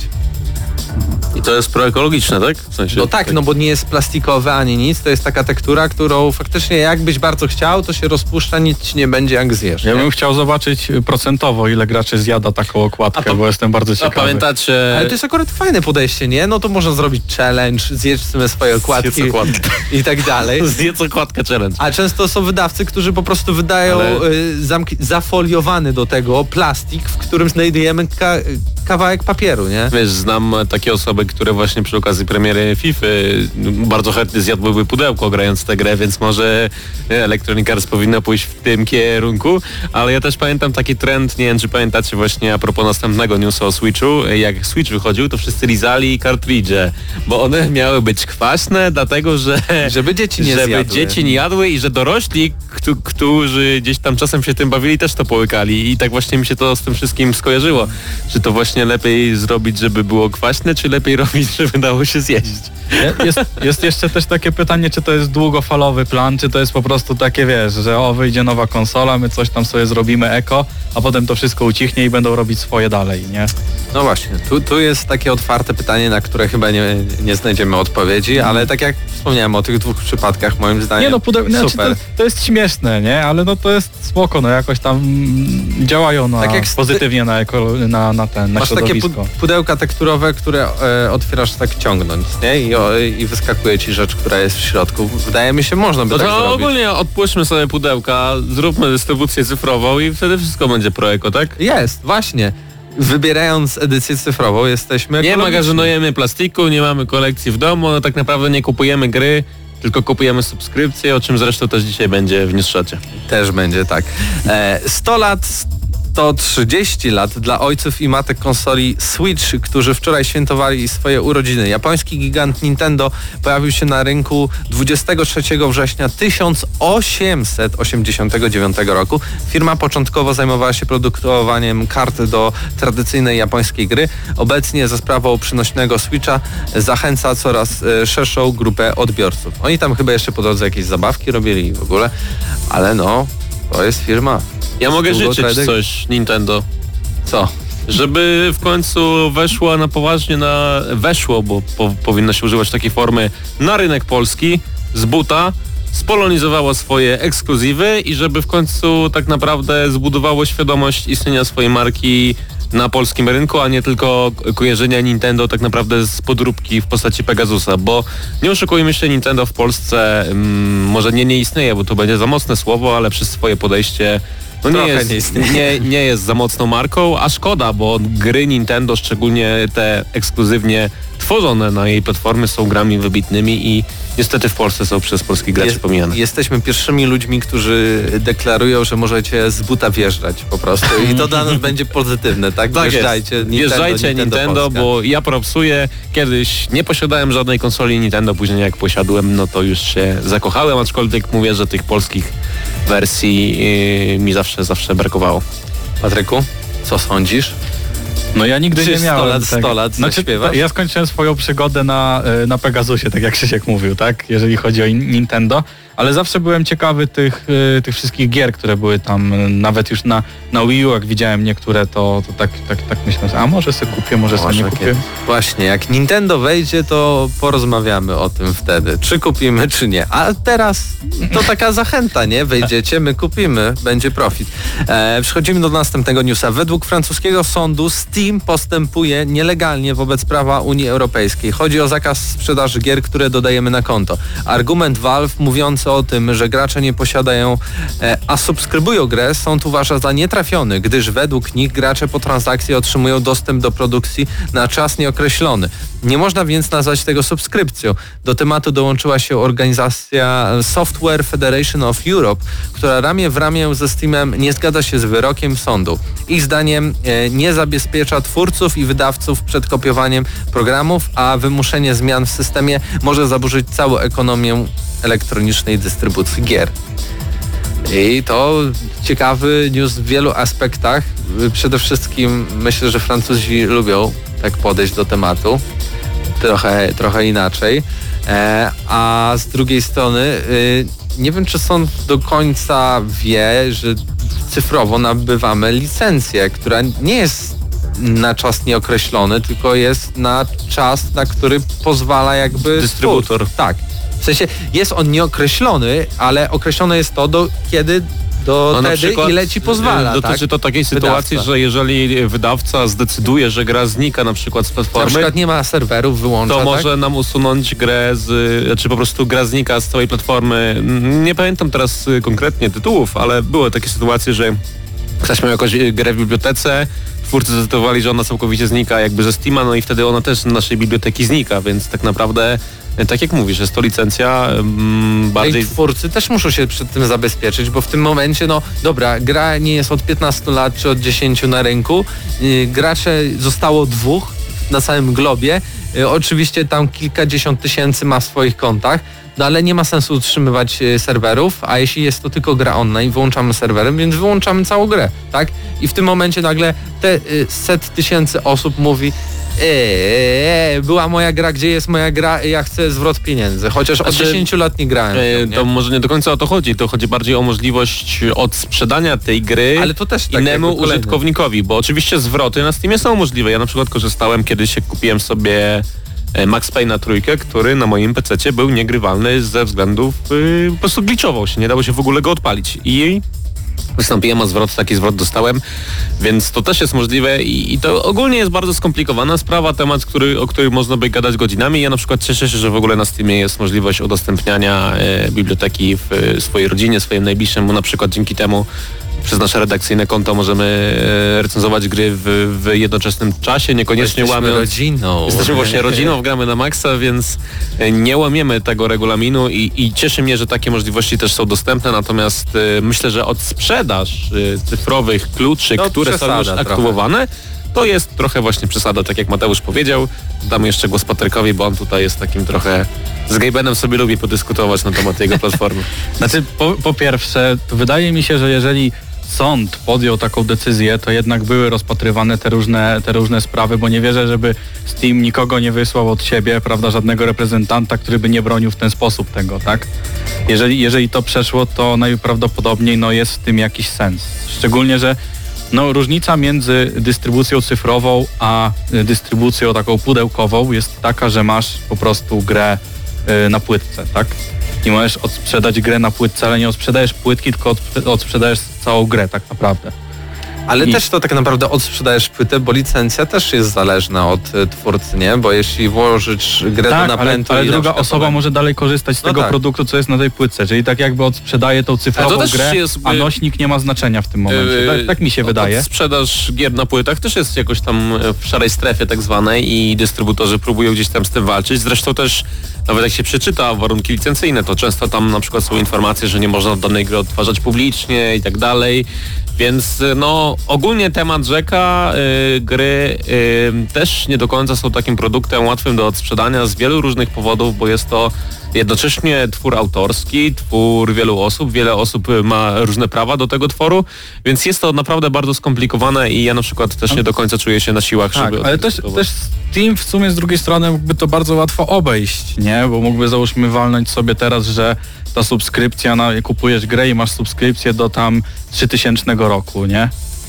I to jest proekologiczne, tak? W sensie, No tak, no bo nie jest plastikowe ani nic, to jest taka tektura, którą faktycznie jakbyś bardzo chciał, to się rozpuszcza, nic ci nie będzie jak zjesz. Ja nie? bym chciał zobaczyć procentowo, ile graczy zjada taką okładkę, A to- bo jestem bardzo A ciekawy. pamiętacie... Ale to jest akurat fajne podejście, nie? No to można zrobić challenge, zjedz sobie swoje okładki Zjedz okładkę. i tak dalej. Zjedz okładkę challenge. A często są wydawcy, którzy po prostu wydają Ale- y, zamk- zafoliowany do tego plastik, w którym znajdujemy ka- kawałek papieru, nie? Wiesz, znam takie osoby, które właśnie przy okazji premiery FIFA bardzo chętnie zjadłyby pudełko grając w tę grę, więc może Electronic Arts powinno pójść w tym kierunku, ale ja też pamiętam taki trend, nie wiem czy pamiętacie właśnie a propos następnego newsa o Switchu, jak Switch wychodził, to wszyscy lizali kartridże, bo one miały być kwaśne, dlatego że Żeby dzieci nie żeby zjadły. dzieci nie jadły i że dorośli, któ- którzy gdzieś tam czasem się tym bawili, też to połykali i tak właśnie mi się to z tym wszystkim skojarzyło. Czy to właśnie lepiej zrobić, żeby było kwaśne, czy lepiej robić, żeby dało się zjeść? Jest, jest jeszcze też takie pytanie, czy to jest długofalowy plan, czy to jest po prostu takie, wiesz, że o, wyjdzie nowa konsola, my coś tam sobie zrobimy eko, a potem to wszystko ucichnie i będą robić swoje dalej, nie? No właśnie, tu, tu jest takie otwarte pytanie, na które chyba nie, nie znajdziemy odpowiedzi, ale tak jak wspomniałem o tych dwóch przypadkach, moim zdaniem Nie no, pudeł, znaczy, super. to, to jest śmieszne, nie? Ale no to jest spoko, no jakoś tam mm, działają na, Tak jak z- pozytywnie na, eko, na, na ten, na Masz takie pu- środowisko. pudełka tekturowe, które e, otwierasz tak ciągnąć, nie? I, o, I wyskakuje ci rzecz, która jest w środku. Wydaje mi się, można by No tak to zrobić. ogólnie odpuśćmy sobie pudełka, zróbmy dystrybucję cyfrową i wtedy wszystko będzie proeko, tak? Jest, właśnie. Wybierając edycję cyfrową jesteśmy Nie ekologiczni. magazynujemy plastiku, nie mamy kolekcji w domu, no tak naprawdę nie kupujemy gry, tylko kupujemy subskrypcje, o czym zresztą też dzisiaj będzie w Newsshocie. Też będzie tak. E, sto lat, sto trzydzieści lat dla ojców i matek konsoli Switch, którzy wczoraj świętowali swoje urodziny. Japoński gigant Nintendo pojawił się na rynku dwudziestego trzeciego września tysiąc osiemset osiemdziesiątego dziewiątego roku. Firma początkowo zajmowała się produkowaniem kart do tradycyjnej japońskiej gry. Obecnie za sprawą przynośnego Switcha zachęca coraz e, szerszą grupę odbiorców. Oni tam chyba jeszcze po drodze jakieś zabawki robili w ogóle, ale no, to jest firma. Ja mogę Długo życzyć trade- coś Nintendo, Co? żeby w końcu weszło na poważnie na... weszło, bo po, powinno się używać takiej formy, na rynek polski z buta, spolonizowało swoje ekskluzywy i żeby w końcu tak naprawdę zbudowało świadomość istnienia swojej marki na polskim rynku, a nie tylko kojarzenia Nintendo tak naprawdę z podróbki w postaci Pegasusa, bo nie oszukujmy się, Nintendo w Polsce mm, może nie nie istnieje, bo to będzie za mocne słowo, ale przez swoje podejście no nie, Trochę jest, nie istnieje. nie, nie jest za mocną marką, a szkoda, bo gry Nintendo, szczególnie te ekskluzywnie tworzone na jej platformy, są grami wybitnymi i niestety w Polsce są przez polskich graczy Jest- pomijane. Jesteśmy pierwszymi ludźmi, którzy deklarują, że możecie z buta wjeżdżać po prostu i to dla nas będzie pozytywne, tak? Tak Wjeżdżajcie, jest. Nintendo, Wjeżdżajcie Nintendo, Nintendo Polska. bo ja propsuję. Kiedyś nie posiadałem żadnej konsoli Nintendo, później jak posiadłem, no to już się zakochałem, aczkolwiek mówię, że tych polskich wersji yy, mi zawsze, zawsze brakowało. Patryku, co sądzisz? No ja nigdy Czy nie sto miałem. lat, sto lat zaśpiewasz? ja skończyłem swoją przygodę na, e, na Pegasusie, tak jak Krzysiek mówił, tak? Jeżeli chodzi o in- Nintendo. Ale zawsze byłem ciekawy tych, e, tych wszystkich gier, które były tam. e, Nawet już na, na Wii U, jak widziałem niektóre, to, to tak, tak, tak myślałem, że a może sobie kupię, może sobie nie Może kupię. kiedy- Właśnie, jak Nintendo wejdzie, to porozmawiamy o tym wtedy. Czy kupimy, czy nie. A teraz to taka zachęta, nie? Wejdziecie, my kupimy, będzie profit. E, przechodzimy do następnego newsa. Według francuskiego sądu Steam postępuje nielegalnie wobec prawa Unii Europejskiej. Chodzi o zakaz sprzedaży gier, które dodajemy na konto. Argument Valve mówiący o tym, że gracze nie posiadają, e, a subskrybują grę, sąd uważa za nietrafiony, gdyż według nich gracze po transakcji otrzymują dostęp do produkcji na czas nieokreślony. Nie można więc nazwać tego subskrypcją. Do tematu dołączyła się organizacja Software Federation of Europe, która ramię w ramię ze Steamem nie zgadza się z wyrokiem sądu. Ich zdaniem e, nie zabezpiecza twórców i wydawców przed kopiowaniem programów, a wymuszenie zmian w systemie może zaburzyć całą ekonomię elektronicznej dystrybucji gier. I to ciekawy news w wielu aspektach. Przede wszystkim myślę, że Francuzi lubią tak podejść do tematu. Trochę, trochę inaczej. E, a z drugiej strony y, nie wiem, czy sąd do końca wie, że cyfrowo nabywamy licencję, która nie jest na czas nieokreślony, tylko jest na czas, na który pozwala jakby Dystrybutor. twórca. Tak. W sensie jest on nieokreślony, ale określone jest to, do kiedy, do No, na wtedy, przykład, ile ci pozwala. y, Dotyczy tak? to takiej sytuacji, Wydawca. że jeżeli wydawca zdecyduje, że gra znika na przykład z Na platformy, przykład nie ma serwerów, wyłącza, to tak? może nam usunąć grę z, czy po prostu gra znika z całej platformy. Nie pamiętam teraz y, konkretnie tytułów, ale były takie sytuacje, że ktoś miał jakąś y, grę w bibliotece, twórcy zdecydowali, że ona całkowicie znika jakby ze Steama, no i wtedy ona też z naszej biblioteki znika, więc tak naprawdę, y, tak jak mówisz, jest to licencja mm, bardziej... I twórcy też muszą się przed tym zabezpieczyć, bo w tym momencie, no dobra, gra nie jest od piętnastu lat czy od dziesięciu na rynku, yy, gracze zostało dwóch na całym globie, yy, oczywiście tam kilkadziesiąt tysięcy ma w swoich kontach, no ale nie ma sensu utrzymywać yy, serwerów, a jeśli jest to tylko gra online, wyłączamy serwerem, więc wyłączamy całą grę, tak? I w tym momencie nagle te yy, set tysięcy osób mówi Eee, była moja gra, gdzie jest moja gra, ja chcę zwrot pieniędzy. Chociaż od Znaczy, dziesięciu lat nie grałem. w E, nią, nie? To może nie do końca o to chodzi, to chodzi bardziej o możliwość odsprzedania tej gry Ale to też tak innemu jakby kolejny. użytkownikowi, bo oczywiście zwroty na Steamie są możliwe. Ja na przykład korzystałem kiedyś, jak kupiłem sobie e, Max Payne'a trójkę, który na moim pececie był niegrywalny ze względów, y, po prostu glitchował się, nie dało się w ogóle go odpalić. I wystąpiłem o zwrot, taki zwrot dostałem, więc to też jest możliwe i, i to ogólnie jest bardzo skomplikowana sprawa, temat, który, o którym można by gadać godzinami. Ja na przykład cieszę się, że w ogóle na Steamie jest możliwość udostępniania e, biblioteki w e, swojej rodzinie, swoim najbliższym, bo na przykład dzięki temu przez nasze redakcyjne konto możemy e, recenzować gry w, w jednoczesnym czasie, niekoniecznie Jesteśmy łamiąc... rodziną. Jesteśmy właśnie rodziną, gramy na maksa, więc e, nie łamiemy tego regulaminu i, i cieszy mnie, że takie możliwości też są dostępne, natomiast e, myślę, że odsprzedaż e, cyfrowych kluczy, No, które są przesada już trochę. aktywowane, to jest trochę właśnie przesada, tak jak Mateusz powiedział. Dam jeszcze głos Patrykowi, bo on tutaj jest takim trochę... Z Gabenem sobie lubi podyskutować na temat jego platformy. Znaczy, po, po pierwsze, wydaje mi się, że jeżeli sąd podjął taką decyzję, to jednak były rozpatrywane te różne, te różne sprawy, bo nie wierzę, żeby Steam nikogo nie wysłał od siebie, prawda, żadnego reprezentanta, który by nie bronił w ten sposób tego, tak? Jeżeli, jeżeli to przeszło, to najprawdopodobniej no, jest w tym jakiś sens. Szczególnie, że no, różnica między dystrybucją cyfrową a y, dystrybucją taką pudełkową jest taka, że masz po prostu grę y, na płytce, tak? I możesz odsprzedać grę na płytce, ale nie odsprzedajesz płytki, tylko odsprzedajesz całą grę tak naprawdę. Ale I- też to tak naprawdę odsprzedajesz płytę, bo licencja też jest zależna od e, twórcy, nie? Bo jeśli włożysz grę Tak, do ale, napędu ale i na druga przykład osoba potem- może dalej korzystać z No tego tak. produktu, co jest na tej płytce, czyli tak jakby odsprzedaje tą cyfrową Ale to też grę, jest, a y, nośnik nie ma znaczenia w tym momencie. Yy, tak, tak mi się no, wydaje. Sprzedaż gier na płytach też jest jakoś tam w szarej strefie tak zwanej i dystrybutorzy próbują gdzieś tam z tym walczyć. Zresztą też nawet jak się przeczyta warunki licencyjne, to często tam na przykład są informacje, że nie można danej gry odtwarzać publicznie i tak dalej. Więc no ogólnie temat rzeka, y, gry y, też nie do końca są takim produktem łatwym do odsprzedania z wielu różnych powodów, bo jest to jednocześnie twór autorski, twór wielu osób, wiele osób y, ma różne prawa do tego tworu, więc jest to naprawdę bardzo skomplikowane i ja na przykład też nie do końca czuję się na siłach, Tak, żeby... ale też, oddecydować. też Steam w sumie z drugiej strony mógłby to bardzo łatwo obejść, nie? Bo mógłby załóżmy walnąć sobie teraz, że ta subskrypcja, na, kupujesz grę i masz subskrypcję do tam trzytysięcznego roku, nie?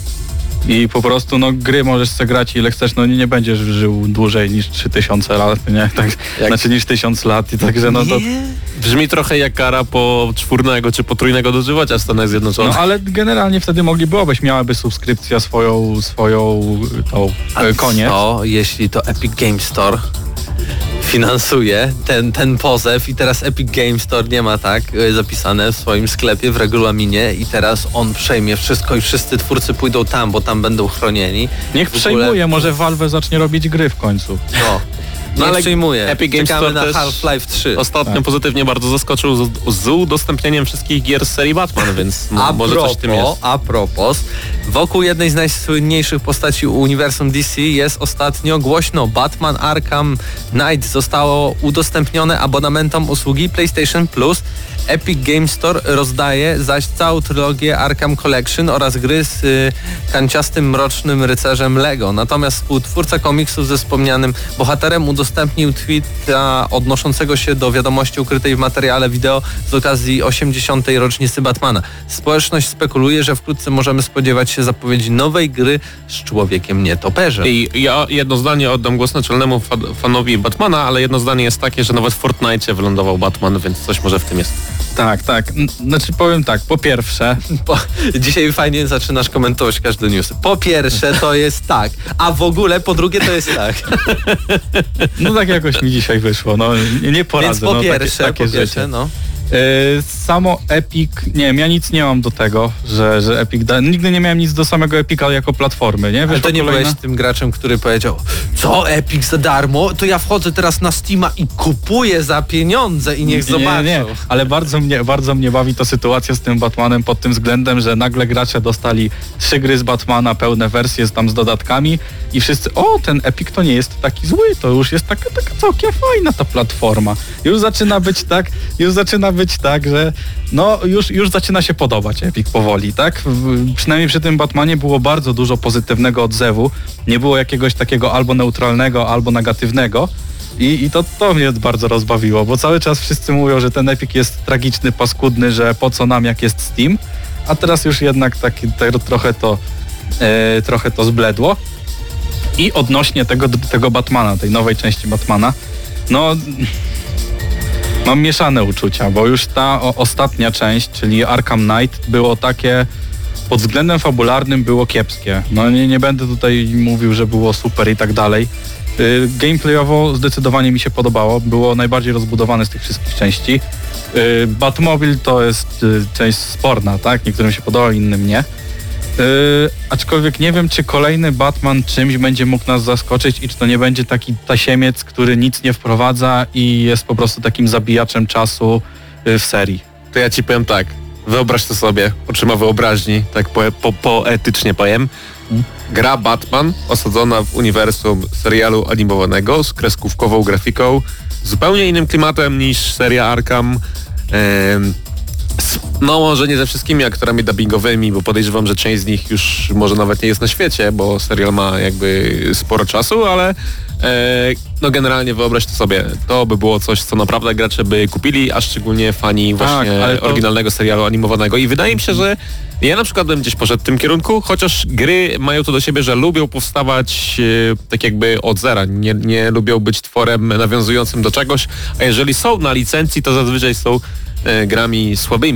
I po prostu no gry możesz sobie grać ile chcesz, no nie, nie będziesz żył dłużej niż trzy tysiące lat, nie? Tak, Jak- znaczy niż tysiąc lat i także no to... Brzmi trochę jak kara po czwórnego czy potrójnego dożywocia w Stanach Zjednoczonych. No ale generalnie wtedy mogliby obejść, miałaby subskrypcja swoją, swoją tą e, koniec. Co, jeśli to Epic Game Store finansuje ten, ten pozew i teraz Epic Game Store nie ma tak y, zapisane w swoim sklepie, w regulaminie i teraz on przejmie wszystko i wszyscy twórcy pójdą tam, bo tam będą chronieni. Niech W ogóle- przejmuje, może Valve zacznie robić gry w końcu. No, No, ale ale przejmuje. Epic Games Czekamy Store na też Half-Life trzy. Ostatnio Tak. pozytywnie bardzo zaskoczył z, z udostępnieniem wszystkich gier z serii Batman, więc A m- może propos, coś w tym jest. a propos, wokół jednej z najsłynniejszych postaci uniwersum D C jest ostatnio głośno. Batman Arkham Knight zostało udostępnione abonamentom usługi PlayStation Plus. Epic Game Store rozdaje zaś całą trylogię Arkham Collection oraz gry z y, kanciastym, mrocznym rycerzem Lego. Natomiast współtwórca komiksów ze wspomnianym bohaterem udostępnił tweeta odnoszącego się do wiadomości ukrytej w materiale wideo z okazji osiemdziesiątej rocznicy Batmana. Społeczność spekuluje, że wkrótce możemy spodziewać się zapowiedzi nowej gry z człowiekiem nietoperzem. I ja jedno zdanie oddam głos naczelnemu fa- fanowi Batmana, ale jedno zdanie jest takie, że nawet w Fortnite wylądował Batman, więc coś może w tym jest. Tak, tak. N- Znaczy powiem tak, po pierwsze, Po, dzisiaj fajnie zaczynasz komentować każdy news. Po pierwsze to jest tak, a w ogóle po drugie to jest tak. no tak jakoś mi dzisiaj wyszło, no nie, nie poradzę. Więc po no, pierwsze, takie, takie po pierwsze, rzeczy. no. E, samo Epic, nie wiem, ja nic nie mam do tego, że, że Epic da, nigdy nie miałem nic do samego Epica jako platformy, nie? Ale Wyszła to nie kolejna- byłeś tym graczem, który powiedział, co Epic za darmo, to ja wchodzę teraz na Steama i kupuję za pieniądze i niech zobaczą. Nie, nie, ale bardzo mnie, bardzo mnie bawi ta sytuacja z tym Batmanem pod tym względem, że nagle gracze dostali trzy gry z Batmana, pełne wersje z tam z dodatkami i wszyscy, o, ten Epic to nie jest taki zły, to już jest taka, taka całkiem fajna ta platforma. Już zaczyna być tak, już zaczyna być tak, że no już, już zaczyna się podobać Epic powoli, tak? W, przynajmniej przy tym Batmanie było bardzo dużo pozytywnego odzewu, nie było jakiegoś takiego albo neutralnego, albo negatywnego. I, I to, to mnie bardzo rozbawiło, bo cały czas wszyscy mówią, że ten Epic jest tragiczny, paskudny, że po co nam jak jest Steam, a teraz już jednak taki, te, trochę, to, e, trochę to zbledło. I odnośnie tego, tego Batmana, tej nowej części Batmana, no mam mieszane uczucia, bo już ta o, ostatnia część, czyli Arkham Knight, było takie pod względem fabularnym było kiepskie. No nie, nie będę tutaj mówił, że było super i tak dalej. Y, Gameplayowo zdecydowanie mi się podobało. Było najbardziej rozbudowane z tych wszystkich części. Y, Batmobile to jest y, część sporna, tak? Niektórym się podoba, innym nie. Yy, aczkolwiek nie wiem, czy kolejny Batman czymś będzie mógł nas zaskoczyć i czy to nie będzie taki tasiemiec, który nic nie wprowadza i jest po prostu takim zabijaczem czasu yy, w serii. To ja ci powiem tak, wyobraź to sobie, oczyma wyobraźni, tak po, po, poetycznie powiem. Gra Batman osadzona w uniwersum serialu animowanego z kreskówkową grafiką, zupełnie innym klimatem niż seria Arkham. Em, s- no może nie ze wszystkimi aktorami dubbingowymi, bo podejrzewam, że część z nich już może nawet nie jest na świecie, bo serial ma jakby sporo czasu, ale e, no generalnie wyobraź to sobie, to by było coś, co naprawdę gracze by kupili, a szczególnie fani właśnie ale to- oryginalnego serialu animowanego i wydaje mi się, że ja na przykład bym gdzieś poszedł w tym kierunku, chociaż gry mają to do siebie, że lubią powstawać e, tak jakby od zera, nie, nie lubią być tworem nawiązującym do czegoś, a jeżeli są na licencji, to zazwyczaj są e, grami słabymi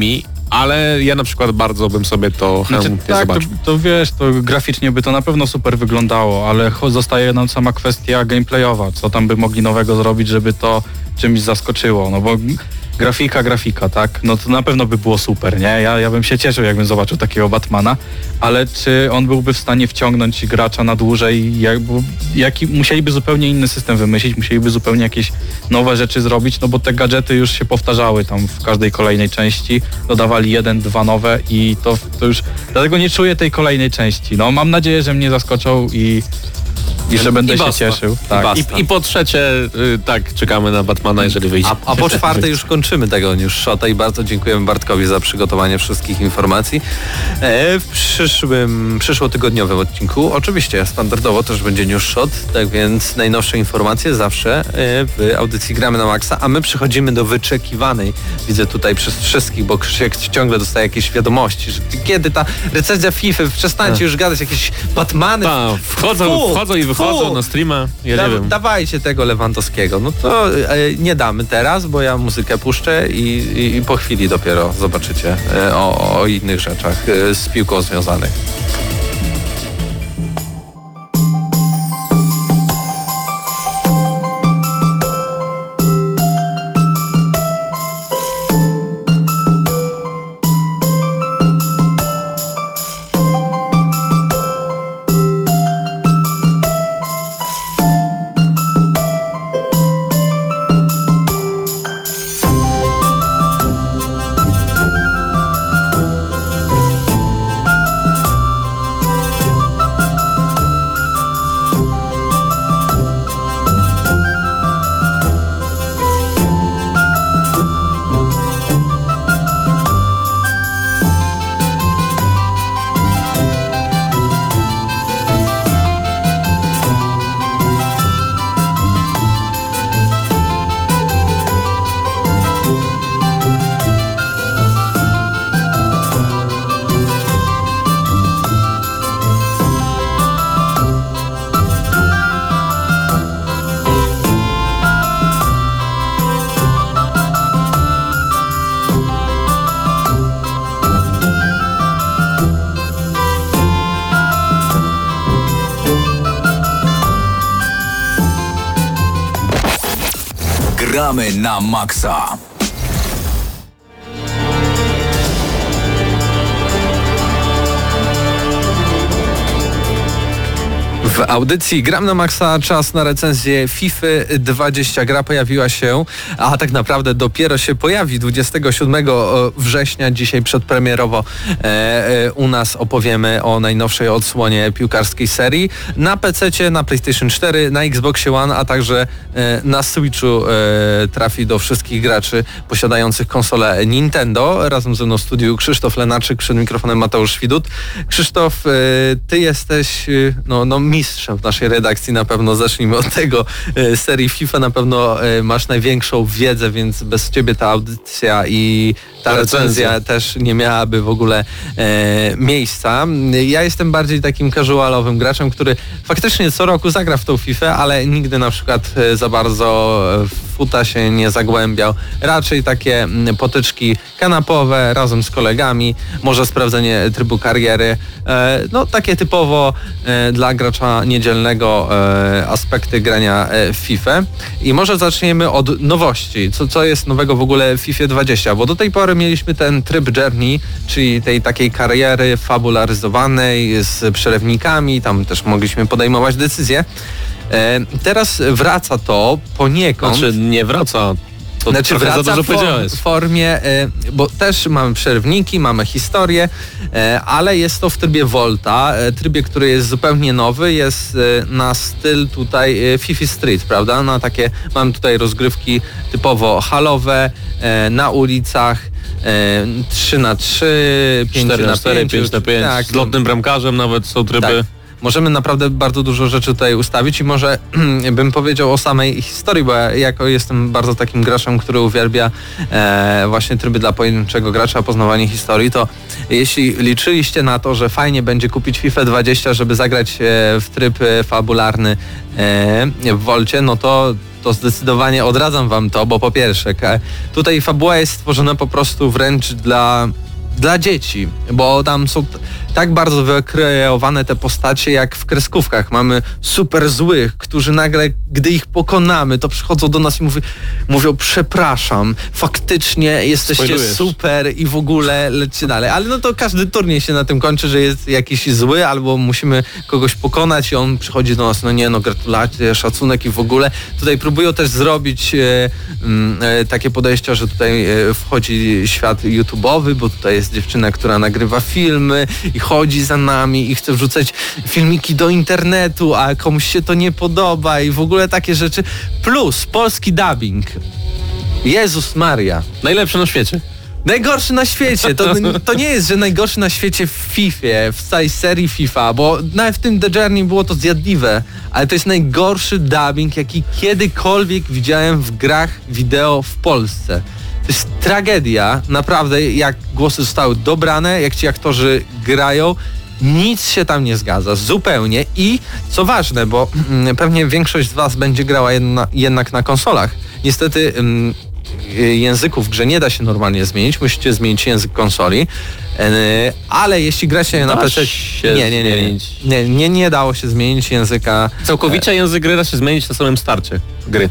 ale ja na przykład bardzo bym sobie to Znaczy, chętnie tak, to, zobaczył. to wiesz, to graficznie by to na pewno super wyglądało, ale cho- zostaje nam sama kwestia gameplayowa, co tam by mogli nowego zrobić, żeby to czymś zaskoczyło, no bo grafika, grafika, tak, no to na pewno by było super, nie? Ja, ja bym się cieszył, jakbym zobaczył takiego Batmana, ale czy on byłby w stanie wciągnąć gracza na dłużej, jak, bo, jaki, musieliby zupełnie inny system wymyślić, musieliby zupełnie jakieś nowe rzeczy zrobić, no bo te gadżety już się powtarzały tam w każdej kolejnej części, dodawali jeden, dwa nowe i to, to już, dlatego nie czuję tej kolejnej części, no mam nadzieję, że mnie zaskoczą i I że będę I się basta. cieszył. I Tak. basta. I, I po trzecie, y, tak, czekamy na Batmana, jeżeli wyjdzie. A, a po czwarte już kończymy tego news shota i bardzo dziękujemy Bartkowi za przygotowanie wszystkich informacji. E, w przyszłym, przyszłotygodniowym odcinku oczywiście standardowo też będzie news shot, tak więc najnowsze informacje zawsze e, w audycji Gramy na Maxa, a my przechodzimy do wyczekiwanej, widzę tutaj przez wszystkich, bo Krzysiek ciągle dostaje jakieś wiadomości, że kiedy ta recenzja FIFA, przestańcie już gadać, jakieś Batmany. Ta, wchodzą, Fu, wchodzą i wychodzą fu. na streama, ja Da, nie wiem. Dawajcie tego Lewandowskiego. No to e, nie damy teraz, bo ja muzykę puszczę i, i, i po chwili dopiero zobaczycie e, o, o innych rzeczach e, z piłką związanych. Gramy na maksa. W audycji Gram na Maxa czas na recenzję FIFA dwadzieścia. Gra pojawiła się, a tak naprawdę dopiero się pojawi dwudziestego siódmego września. Dzisiaj przedpremierowo e, e, u nas opowiemy o najnowszej odsłonie piłkarskiej serii. Na pececie, na PlayStation cztery, na Xboxie One, a także e, na Switchu e, trafi do wszystkich graczy posiadających konsolę Nintendo. Razem ze mną w studiu Krzysztof Lenarczyk, przed mikrofonem Mateusz Widut. Krzysztof, e, ty jesteś e, no, no mistrzem w naszej redakcji, na pewno zacznijmy od tego. E, serii FIFA na pewno e, masz największą wiedzę, więc bez ciebie ta audycja i ta recenzja, recenzja też nie miałaby w ogóle e, miejsca. Ja jestem bardziej takim casualowym graczem, który faktycznie co roku zagra w tą FIFA, ale nigdy na przykład e, za bardzo w futa się nie zagłębiał. Raczej takie m, potyczki kanapowe razem z kolegami, może sprawdzenie trybu kariery. E, no takie typowo e, dla gracza niedzielnego e, aspekty grania e, w FIFA. I może zaczniemy od nowości. Co, co jest nowego w ogóle w FIFA dwadzieścia? Bo do tej pory mieliśmy ten tryb Journey, czyli tej takiej kariery fabularyzowanej z przelewnikami, tam też mogliśmy podejmować decyzje. E, teraz wraca to poniekąd. Znaczy nie wraca. To Znaczy trochę wraca za dużo w, form, powiedziałeś. w formie, e, bo też mamy przerywniki, mamy historię, e, ale jest to w trybie Volta, e, trybie, który jest zupełnie nowy, jest e, na styl tutaj e, FIFA Street, prawda? Na takie, mamy tutaj rozgrywki typowo halowe, e, na ulicach, e, trzy na trzy, pięć na cztery, pięć na pięć, tak, z lotnym bramkarzem nawet są tryby. tak. Możemy naprawdę bardzo dużo rzeczy tutaj ustawić i może bym powiedział o samej historii, bo ja jako jestem bardzo takim graczem, który uwielbia e, właśnie tryby dla pojedynczego gracza, poznawanie historii, to jeśli liczyliście na to, że fajnie będzie kupić FIFA dwadzieścia, żeby zagrać e, w tryb e, fabularny e, w Volcie, no to to zdecydowanie odradzam wam to, bo po pierwsze, tutaj fabuła jest stworzona po prostu wręcz dla dla dzieci, bo tam są t- tak bardzo wykreowane te postacie jak w kreskówkach. Mamy super złych, którzy nagle, gdy ich pokonamy, to przychodzą do nas i mówi, mówią przepraszam, faktycznie jesteście Spoilujesz. super i w ogóle lećcie dalej. Ale no to każdy turniej się na tym kończy, że jest jakiś zły albo musimy kogoś pokonać i on przychodzi do nas, no nie no gratulacje, szacunek i w ogóle. Tutaj próbują też zrobić e, e, takie podejścia, że tutaj e, wchodzi świat YouTube'owy, bo tutaj jest dziewczyna, która nagrywa filmy i chodzi za nami i chce wrzucać filmiki do internetu, a komuś się to nie podoba i w ogóle takie rzeczy. Plus polski dubbing. Jezus Maria. Najlepsze na świecie. Najgorszy na świecie. To, to nie jest, że najgorszy na świecie w Fifie, w całej serii FIFA, bo nawet w tym The Journey było to zjadliwe, ale to jest najgorszy dubbing, jaki kiedykolwiek widziałem w grach wideo w Polsce. To jest tragedia, naprawdę, jak głosy zostały dobrane, jak ci aktorzy grają, nic się tam nie zgadza, zupełnie. I co ważne, bo mm, pewnie większość z was będzie grała jedna, jednak na konsolach. Niestety mm, języków w grze nie da się normalnie zmienić, musicie zmienić język konsoli, yy, ale jeśli gracie na Da P C... się Nie, nie, nie, nie, zmienić. nie, nie, nie dało się zmienić języka. Całkowicie język gry da się zmienić na samym starcie gry.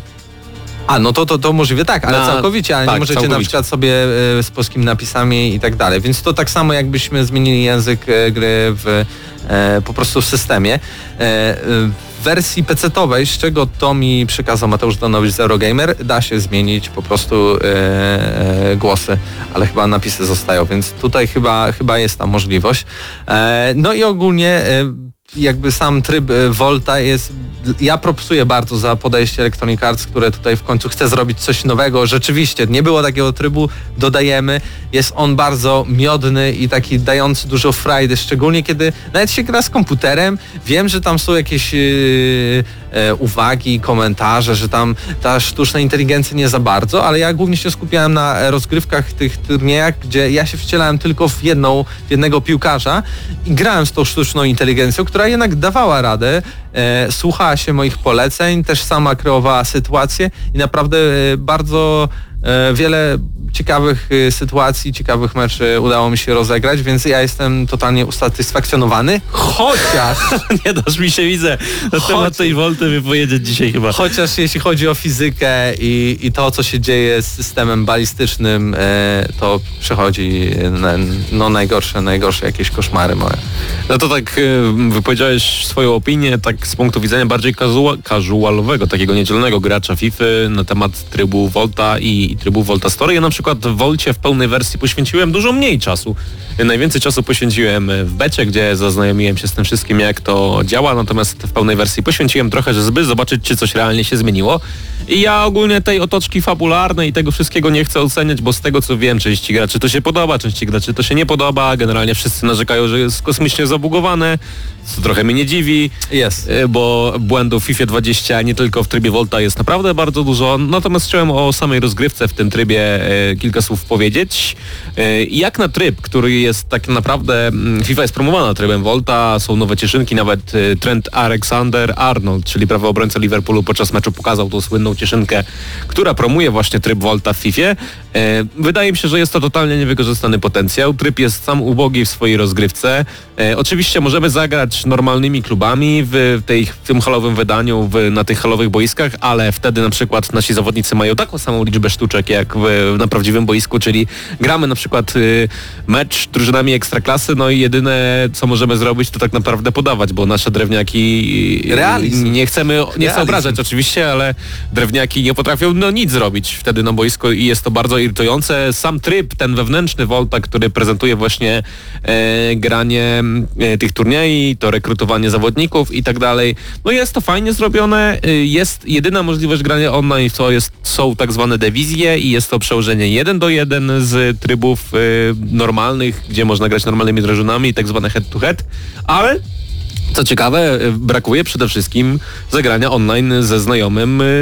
A, no to, to, to możliwe tak, ale Na- całkowicie, ale tak, nie możecie na całkowicie. przykład sobie e, z polskimi napisami i tak dalej, więc to tak samo jakbyśmy zmienili język e, gry w, e, po prostu w systemie. E, e, w wersji pecetowej, z czego to mi przekazał Mateusz Danowicz z Eurogamer, da się zmienić po prostu e, e, głosy, ale chyba napisy zostają, więc tutaj chyba, chyba jest ta możliwość. E, no i ogólnie e, jakby sam tryb e, Volta jest, ja propsuję bardzo za podejście Electronic Arts, które tutaj w końcu chce zrobić coś nowego. Rzeczywiście, nie było takiego trybu, dodajemy. Jest on bardzo miodny i taki dający dużo frajdy, szczególnie kiedy nawet się gra z komputerem. Wiem, że tam są jakieś yy, e, uwagi, komentarze, że tam ta sztuczna inteligencja nie za bardzo, ale ja głównie się skupiałem na rozgrywkach tych turniejach, gdzie ja się wcielałem tylko w jedną, w jednego piłkarza i grałem z tą sztuczną inteligencją, która jednak dawała radę, e, słuchała się moich poleceń, też sama kreowała sytuację i naprawdę e, bardzo e, wiele ciekawych e, sytuacji, ciekawych meczy udało mi się rozegrać, więc ja jestem totalnie usatysfakcjonowany, chociaż Nie dasz mi się, widzę, na temat tej Volty wypowiedzieć dzisiaj chyba. Chociaż jeśli chodzi o fizykę i, i to, co się dzieje z systemem balistycznym, e, to przechodzi na, no najgorsze, najgorsze jakieś koszmary moje. No to tak y, wypowiedziałeś swoją opinię, tak z punktu widzenia bardziej casual, casualowego, takiego niedzielnego gracza FIFA na temat trybu Volta i, i trybu Volta Story. Ja na przykład w Volcie w pełnej wersji poświęciłem dużo mniej czasu. Najwięcej czasu poświęciłem w becie, gdzie zaznajomiłem się z tym wszystkim, jak to działa, natomiast w pełnej wersji poświęciłem trochę, żeby zobaczyć, czy coś realnie się zmieniło. I ja ogólnie tej otoczki fabularnej i tego wszystkiego nie chcę oceniać, bo z tego co wiem, części graczy to się podoba, części graczy to się nie podoba, generalnie wszyscy narzekają, że jest kosmicznie zabugowane, co trochę mnie nie dziwi. Jest. Y, bo błędów w FIFA dwadzieścia nie tylko w trybie Volta jest naprawdę bardzo dużo, natomiast chciałem o samej rozgrywce w tym trybie y, kilka słów powiedzieć. Y, jak na tryb, który jest tak naprawdę, mm, FIFA jest promowana trybem Volta, są nowe cieszynki, nawet y, Trent Alexander-Arnold, czyli prawy obrońca Liverpoolu podczas meczu pokazał tą słynną cieszynkę, która promuje właśnie tryb Volta w FIFA. Y, wydaje mi się, że jest to totalnie niewykorzystany potencjał. Tryb jest sam ubogi w swojej rozgrywce. Y, oczywiście możemy zagrać normalnymi klubami w, tej, w tym halowym wydaniu, w, na tych halowych boiskach, ale wtedy na przykład nasi zawodnicy mają taką samą liczbę sztuczek jak w, na prawdziwym boisku, czyli gramy na przykład y, mecz drużynami ekstraklasy, no i jedyne co możemy zrobić to tak naprawdę podawać, bo nasze drewniaki y, Realizm. nie chcemy, nie chcę Realizm. obrażać oczywiście, ale drewniaki nie potrafią no nic zrobić wtedy na boisku i jest to bardzo irytujące. Sam tryb, ten wewnętrzny Volta, który prezentuje właśnie e, granie e, tych turniej, to rekrutowanie zawodników i tak dalej. No jest to fajnie zrobione. E, jest jedyna możliwość grania online, to jest, są tak zwane dewizje i jest to przełożenie jeden do jeden z trybów e, normalnych, gdzie można grać normalnymi drużynami, tak zwane head to head, ale co ciekawe, brakuje przede wszystkim zagrania online ze znajomym,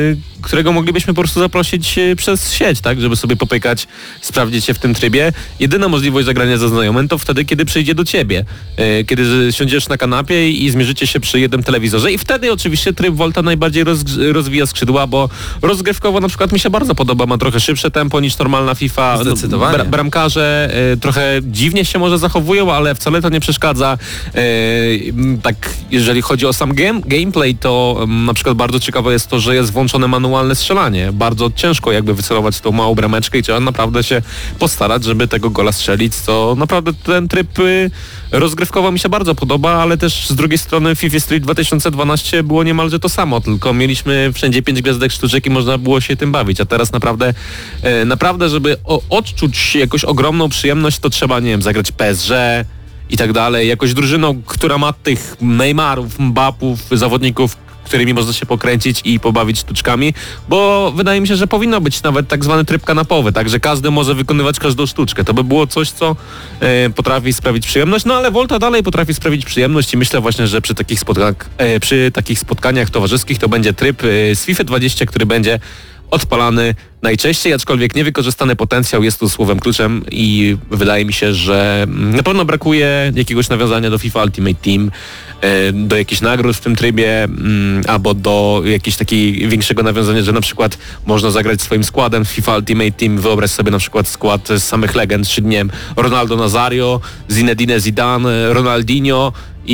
którego moglibyśmy po prostu zaprosić e, przez sieć, tak, żeby sobie popykać, sprawdzić się w tym trybie. Jedyna możliwość zagrania ze znajomym to wtedy, kiedy przyjdzie do ciebie. E, kiedy siądziesz na kanapie i zmierzycie się przy jednym telewizorze i wtedy oczywiście tryb Volta najbardziej roz, rozwija skrzydła, bo rozgrywkowo na przykład mi się bardzo podoba, ma trochę szybsze tempo niż normalna FIFA. Zdecydowanie. No, bra, bramkarze e, trochę dziwnie się może zachowują, ale wcale to nie przeszkadza. E, tak, jeżeli chodzi o sam game, gameplay, to m, na przykład bardzo ciekawe jest to, że jest włączone manualne strzelanie. Bardzo ciężko jakby wycelować tą małą brameczkę i trzeba naprawdę się postarać, żeby tego gola strzelić, co naprawdę ten tryb y, rozgrywkowo mi się bardzo podoba, ale też z drugiej strony w FIFA Street dwa tysiące dwanaście było niemalże to samo, tylko mieliśmy wszędzie pięć gwiazdek sztuczek i można było się tym bawić, a teraz naprawdę e, naprawdę, żeby o, odczuć jakąś ogromną przyjemność, to trzeba, nie wiem, zagrać P S G i tak dalej, jakoś drużyną, która ma tych Neymarów, Mbappów, zawodników, którymi można się pokręcić i pobawić sztuczkami, bo wydaje mi się, że powinno być nawet tak zwany tryb kanapowy, tak, że każdy może wykonywać każdą sztuczkę. To by było coś, co e, potrafi sprawić przyjemność, no ale Volta dalej potrafi sprawić przyjemność i myślę właśnie, że przy takich, spotkaniach, e, przy takich spotkaniach towarzyskich to będzie tryb e, z FIFA dwadzieścia, który będzie odpalany najczęściej, aczkolwiek niewykorzystany potencjał jest tu słowem kluczem i wydaje mi się, że na pewno brakuje jakiegoś nawiązania do FIFA Ultimate Team, do jakichś nagród w tym trybie, albo do jakiegoś takiego większego nawiązania, że na przykład można zagrać swoim składem w FIFA Ultimate Team. Wyobraź sobie na przykład skład z samych legend, czyli nie wiem, Ronaldo Nazario, Zinedine Zidane, Ronaldinho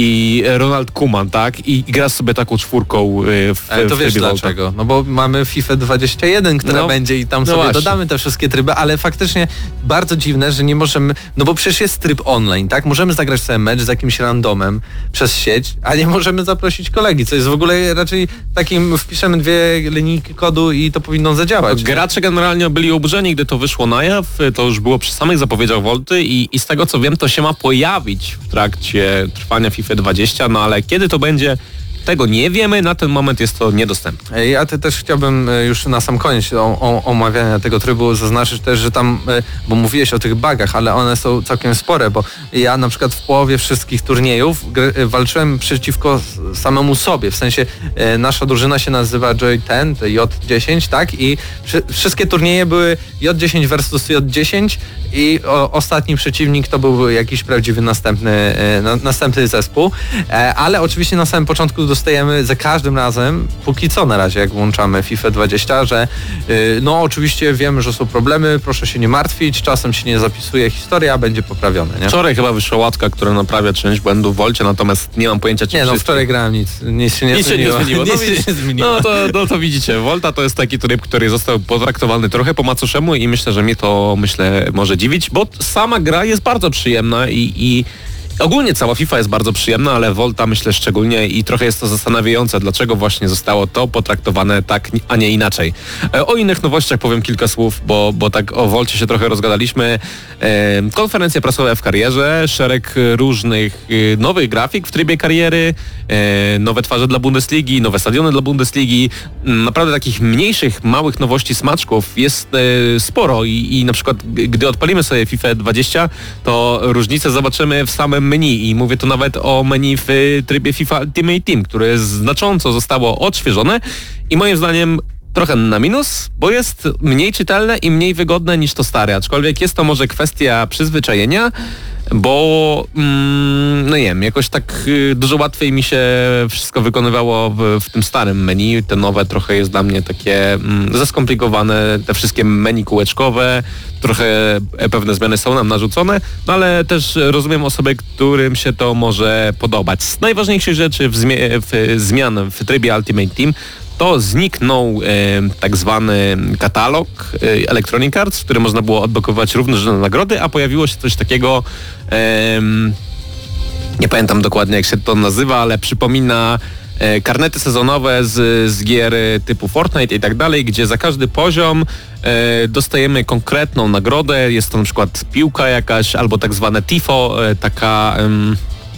i Ronald Koeman, tak? I, i grasz sobie taką czwórką w, Ale to w wiesz trybie dlaczego? No bo mamy FIFA dwadzieścia jeden, która No, będzie i tam no sobie właśnie. dodamy te wszystkie tryby, ale faktycznie bardzo dziwne, że nie możemy, no bo przecież jest tryb online, tak? Możemy zagrać sobie mecz z jakimś randomem przez sieć, a nie możemy zaprosić kolegi, co jest w ogóle raczej takim, wpiszemy dwie linijki kodu i to powinno zadziałać. Gracze generalnie byli oburzeni, gdy to wyszło na jaw. To już było przy samych zapowiedziach Volty i, i z tego co wiem, to się ma pojawić w trakcie trwania FIFA dwadzieścia, no ale kiedy to będzie, tego nie wiemy, na ten moment jest to niedostępne. Ja ty też chciałbym e, już na sam koniec o, o, omawiania tego trybu zaznaczyć też, że tam, e, bo mówiłeś o tych bugach, ale one są całkiem spore, bo ja na przykład w połowie wszystkich turniejów gr- e, walczyłem przeciwko s- samemu sobie, w sensie e, nasza drużyna się nazywa J dziesięć, J dziesięć, tak? I wszy- wszystkie turnieje były J dziesięć versus J dziesięć i o, ostatni przeciwnik to był jakiś prawdziwy następny, e, na, następny zespół, e, ale oczywiście na samym początku dostajemy za każdym razem, póki co na razie jak włączamy FIFA dwadzieścia, że y, no oczywiście wiemy, że są problemy, proszę się nie martwić, czasem się nie zapisuje historia, będzie poprawione, nie? Wczoraj chyba wyszła łatka, która naprawia część błędów w Volcie, natomiast nie mam pojęcia, czy Nie no, wszystkie. wczoraj grałem nic, nic się nie Nic się nie zmieniło. zmieniło. No, Nic się widzisz, nie zmieniło. no, to, no to widzicie, Volta to jest taki tryb, który został potraktowany trochę po macoszemu i myślę, że mnie to, myślę, może dziwić, bo sama gra jest bardzo przyjemna i, i ogólnie cała FIFA jest bardzo przyjemna, ale Volta myślę szczególnie i trochę jest to zastanawiające, dlaczego właśnie zostało to potraktowane tak, a nie inaczej. E, O innych nowościach powiem kilka słów, bo, bo tak o Volcie się trochę rozgadaliśmy. E, Konferencje prasowe w karierze, szereg różnych e, nowych grafik w trybie kariery, e, nowe twarze dla Bundesligi, nowe stadiony dla Bundesligi. M, Naprawdę takich mniejszych, małych nowości, smaczków jest e, sporo i, i na przykład g- gdy odpalimy sobie FIFA dwadzieścia, to różnice zobaczymy w samym menu i mówię tu nawet o menu w y, trybie FIFA Ultimate Team, które znacząco zostało odświeżone i moim zdaniem trochę na minus, bo jest mniej czytelne i mniej wygodne niż to stare, aczkolwiek jest to może kwestia przyzwyczajenia, bo mm, no nie wiem, jakoś tak y, dużo łatwiej mi się wszystko wykonywało w, w tym starym menu. Te nowe trochę jest dla mnie takie mm, zaskomplikowane, te wszystkie menu kółeczkowe, trochę e, pewne zmiany są nam narzucone, no ale też rozumiem osoby, którym się to może podobać. Z najważniejszych rzeczy w, zmie- w zmian w trybie Ultimate Team to zniknął e, tak zwany katalog e, Electronic Arts, w którym można było odblokowywać różne nagrody, a pojawiło się coś takiego, e, nie pamiętam dokładnie jak się to nazywa, ale przypomina e, karnety sezonowe z, z gier typu Fortnite i tak dalej, gdzie za każdy poziom e, dostajemy konkretną nagrodę, jest to na przykład piłka jakaś, albo tak zwane tifo, e, taka... Em,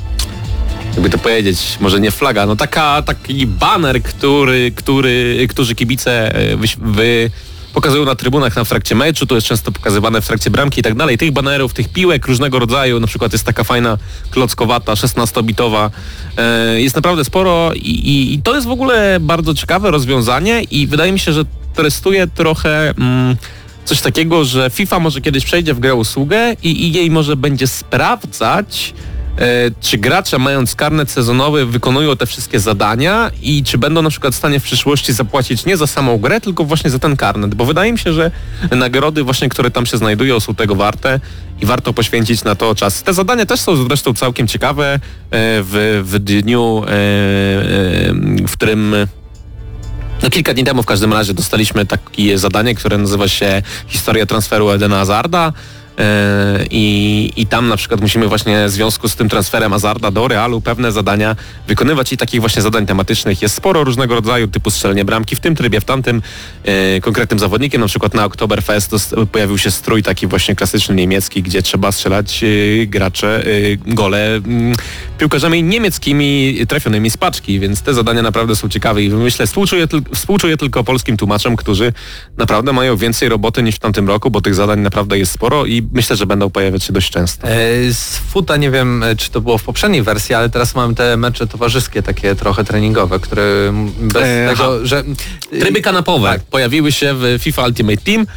jakby to powiedzieć, może nie flaga, no taka, taki baner, który, który, którzy kibice e, wy, wy pokazują na trybunach na w trakcie meczu, to jest często pokazywane w trakcie bramki i tak dalej. Tych banerów, tych piłek różnego rodzaju, na przykład jest taka fajna klockowata, szesnastobitowa, e, jest naprawdę sporo i, i, i to jest w ogóle bardzo ciekawe rozwiązanie i wydaje mi się, że interesuje trochę mm, coś takiego, że FIFA może kiedyś przejdzie w grę usługę i E A może będzie sprawdzać, e, czy gracze mając karnet sezonowy wykonują te wszystkie zadania i czy będą na przykład w stanie w przyszłości zapłacić nie za samą grę, tylko właśnie za ten karnet, bo wydaje mi się, że nagrody właśnie, które tam się znajdują, są tego warte i warto poświęcić na to czas. Te zadania też są zresztą całkiem ciekawe e, w, w dniu, e, e, w którym no kilka dni temu w każdym razie dostaliśmy takie zadanie, które nazywa się Historia transferu Edena Hazarda. I, i tam na przykład musimy właśnie w związku z tym transferem Hazarda do Realu pewne zadania wykonywać i takich właśnie zadań tematycznych jest sporo różnego rodzaju, typu strzelenie bramki w tym trybie, w tamtym e, konkretnym zawodnikiem. Na przykład na Oktoberfest dost, pojawił się strój taki właśnie klasyczny niemiecki, gdzie trzeba strzelać e, gracze, e, gole e, piłkarzami niemieckimi trafionymi z paczki, więc te zadania naprawdę są ciekawe i myślę, współczuję, współczuję tylko polskim tłumaczom, którzy naprawdę mają więcej roboty niż w tamtym roku, bo tych zadań naprawdę jest sporo i myślę, że będą pojawiać się dość często. E, z futa nie wiem, czy to było w poprzedniej wersji, ale teraz mamy te mecze towarzyskie, takie trochę treningowe, które bez e, tego, aha. że... Tryby kanapowe tak. pojawiły się w FIFA Ultimate Team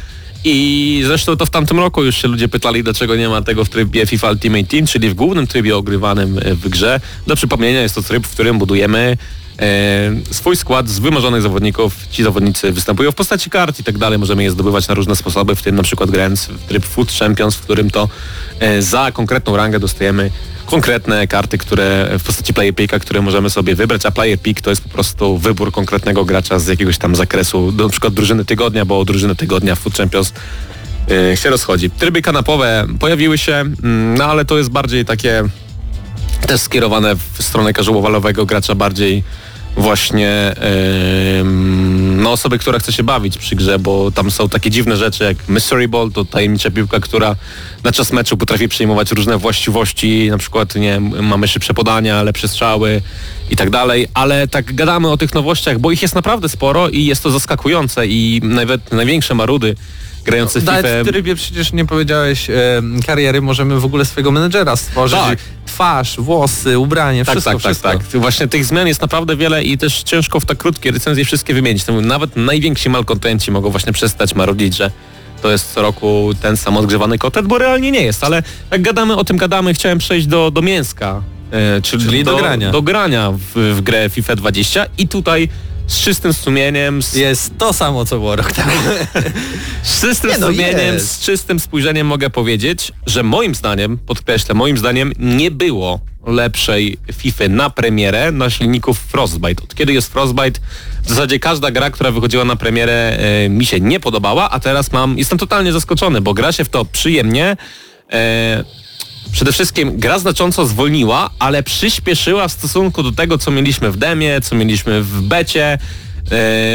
i zresztą to w tamtym roku już się ludzie pytali, dlaczego nie ma tego w trybie FIFA Ultimate Team, czyli w głównym trybie ogrywanym w grze. Do przypomnienia jest to tryb, w którym budujemy E, swój skład z wymarzonych zawodników. Ci zawodnicy występują w postaci kart i tak dalej. Możemy je zdobywać na różne sposoby, w tym na przykład grając w tryb Foot Champions, w którym to e, za konkretną rangę dostajemy konkretne karty, które w postaci player picka, które możemy sobie wybrać, a player pick to jest po prostu wybór konkretnego gracza z jakiegoś tam zakresu, do, na przykład drużyny tygodnia, bo drużyny tygodnia w Foot Champions e, się rozchodzi. Tryby kanapowe pojawiły się, mm, no ale to jest bardziej takie też skierowane w stronę casualowego gracza, bardziej właśnie yy, no osoby, która chce się bawić przy grze, bo tam są takie dziwne rzeczy jak Mystery Ball, to tajemnicza piłka, która na czas meczu potrafi przyjmować różne właściwości, na przykład nie mamy szybsze podania, lepsze strzały i tak dalej, ale tak gadamy o tych nowościach, bo ich jest naprawdę sporo i jest to zaskakujące i nawet największe marudy grający w Nawet FIFA. w trybie przecież nie powiedziałeś e, kariery, możemy w ogóle swojego menedżera stworzyć. Tak. Twarz, włosy, ubranie, Tak, wszystko, tak, tak, wszystko. tak. Właśnie tych zmian jest naprawdę wiele i też ciężko w tak krótkiej recenzji wszystkie wymienić. Nawet najwięksi malkontenci mogą właśnie przestać marudzić, że to jest co roku ten sam odgrzewany kotlet, bo realnie nie jest, ale jak gadamy o tym gadamy, chciałem przejść do, do mięska, e, czyli, Czyli do grania. do grania w, w grę FIFA dwadzieścia i tutaj z czystym sumieniem, z, Jest to samo, co było rok temu. z czystym Nie no, sumieniem, jest. z czystym spojrzeniem mogę powiedzieć, że moim zdaniem, podkreślę, moim zdaniem nie było lepszej FIFA na premierę na silników Frostbite. Od kiedy jest Frostbite, w zasadzie każda gra, która wychodziła na premierę e, mi się nie podobała, a teraz mam, jestem totalnie zaskoczony, bo gra się w to przyjemnie. E, Przede wszystkim gra znacząco zwolniła, ale przyspieszyła w stosunku do tego, co mieliśmy w demie, co mieliśmy w becie yy,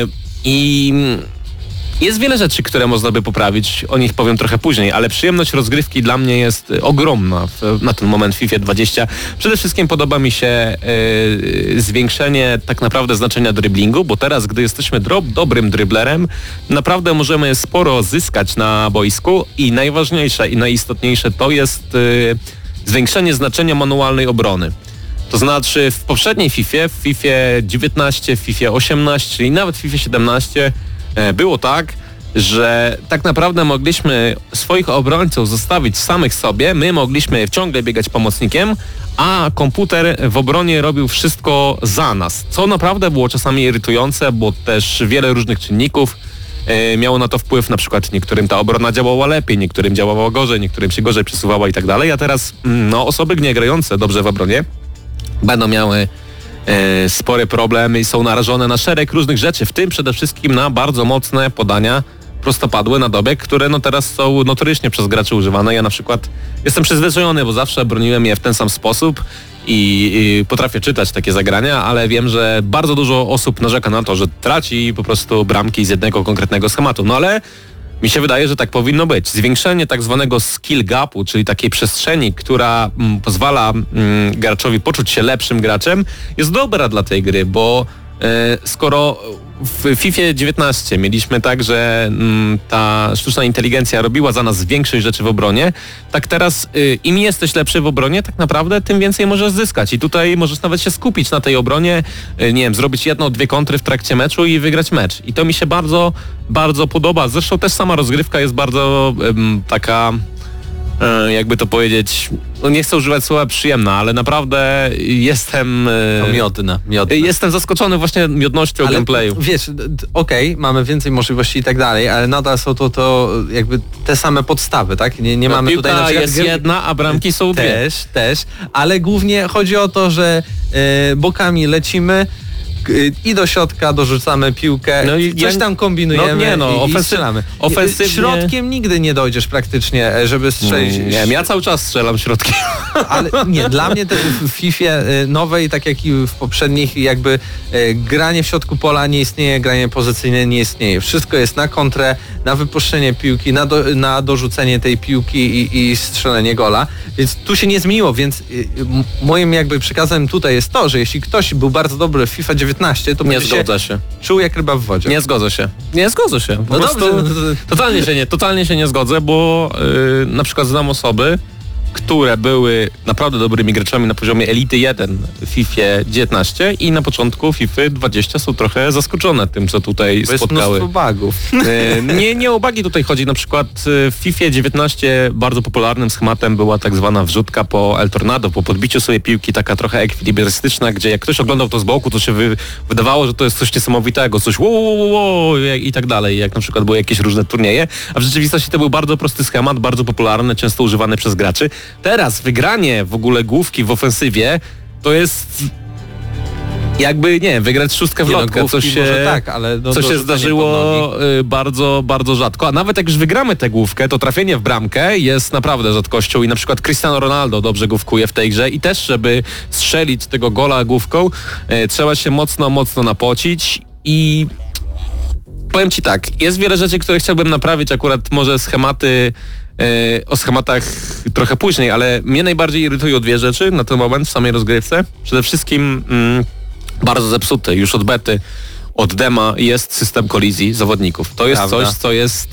i jest wiele rzeczy, które można by poprawić, o nich powiem trochę później, ale przyjemność rozgrywki dla mnie jest ogromna w, na ten moment w FIFA dwadzieścia. Przede wszystkim podoba mi się yy, zwiększenie tak naprawdę znaczenia driblingu, bo teraz, gdy jesteśmy drob, dobrym driblerem, naprawdę możemy sporo zyskać na boisku i najważniejsze i najistotniejsze to jest yy, zwiększenie znaczenia manualnej obrony. To znaczy w poprzedniej FIFA, w FIFA dziewiętnaście, w FIFA osiemnaście, czyli nawet w FIFA siedemnaście było tak, że tak naprawdę mogliśmy swoich obrońców zostawić samych sobie, my mogliśmy ciągle biegać pomocnikiem, a komputer w obronie robił wszystko za nas, co naprawdę było czasami irytujące, bo też wiele różnych czynników e, miało na to wpływ, na przykład niektórym ta obrona działała lepiej, niektórym działała gorzej, niektórym się gorzej przesuwała i tak dalej, a teraz no, osoby nie grające dobrze w obronie będą miały E, spory problem i są narażone na szereg różnych rzeczy, w tym przede wszystkim na bardzo mocne podania prostopadłe na dobieg, które no teraz są notorycznie przez graczy używane. Ja na przykład jestem przyzwyczajony, bo zawsze broniłem je w ten sam sposób i, i potrafię czytać takie zagrania, ale wiem, że bardzo dużo osób narzeka na to, że traci po prostu bramki z jednego konkretnego schematu. No ale mi się wydaje, że tak powinno być. Zwiększenie tak zwanego skill gapu, czyli takiej przestrzeni, która mm, pozwala mm, graczowi poczuć się lepszym graczem, jest dobra dla tej gry, bo e, skoro w FIFA dziewiętnaście mieliśmy tak, że mm, ta sztuczna inteligencja robiła za nas większość rzeczy w obronie, tak teraz y, im jesteś lepszy w obronie, tak naprawdę tym więcej możesz zyskać i tutaj możesz nawet się skupić na tej obronie, y, nie wiem, zrobić jedną, dwie kontry w trakcie meczu i wygrać mecz. I to mi się bardzo, bardzo podoba. Zresztą też sama rozgrywka jest bardzo ym, taka... jakby to powiedzieć, no nie chcę używać słowa przyjemna, ale naprawdę jestem... To miodna, miodna. Jestem zaskoczony właśnie miodnością ale gameplayu. Wiesz, okej, okay, mamy więcej możliwości i tak dalej, ale nadal są to, to jakby te same podstawy, tak? Nie, nie no, mamy tutaj na przykład... jest jedna, a bramki są dwie. Też, też, ale głównie chodzi o to, że e, bokami lecimy i do środka dorzucamy piłkę, no i coś tam kombinujemy no nie, no, i, ofensy- i strzelamy. Ofensywnie... Środkiem nigdy nie dojdziesz praktycznie, żeby strzelić. Nie wiem, ja cały czas strzelam środkiem. Ale nie, dla mnie te w FIFA nowej, tak jak i w poprzednich, jakby granie w środku pola nie istnieje, granie pozycyjne nie istnieje. Wszystko jest na kontrę, na wypuszczenie piłki, na, do, na dorzucenie tej piłki i, i strzelenie gola. Więc tu się nie zmieniło, więc moim jakby przekazem tutaj jest to, że jeśli ktoś był bardzo dobry w FIFA dziewiętnaście, to nie będzie zgodzę się, się czuł jak ryba w wodzie. Nie zgodzę się. Nie zgodzę się. Po no prostu dobrze. No to... totalnie, się nie, totalnie się nie zgodzę, bo yy, na przykład znam osoby, które były naprawdę dobrymi graczami na poziomie elity jeden w FIFA dziewiętnaście i na początku FIFA dwadzieścia są trochę zaskoczone tym, co tutaj bo spotkały. Jest bugów. Nie, nie o bugi tutaj chodzi. Na przykład w FIFA dziewiętnaście bardzo popularnym schematem była tak zwana wrzutka po El Tornado, po podbiciu sobie piłki, taka trochę ekwilibrystyczna, gdzie jak ktoś oglądał to z boku, to się wy, wydawało, że to jest coś niesamowitego, coś wo, wo, wo, wo, i tak dalej, jak na przykład były jakieś różne turnieje, a w rzeczywistości to był bardzo prosty schemat, bardzo popularny, często używany przez graczy. Teraz wygranie w ogóle główki w ofensywie to jest jakby, nie wiem, wygrać szóstkę w nie lotkę, no, co się, tak, ale no, co się zdarzyło bardzo, bardzo rzadko. A nawet jak już wygramy tę główkę, to trafienie w bramkę jest naprawdę rzadkością i na przykład Cristiano Ronaldo dobrze główkuje w tej grze i też, żeby strzelić tego gola główką, e, trzeba się mocno, mocno napocić i powiem Ci tak, jest wiele rzeczy, które chciałbym naprawić, akurat może schematy o schematach trochę później, ale mnie najbardziej irytują dwie rzeczy na ten moment w samej rozgrywce. Przede wszystkim mm, bardzo zepsuty już od bety, od dema jest system kolizji zawodników. To jest Prawda. coś, co jest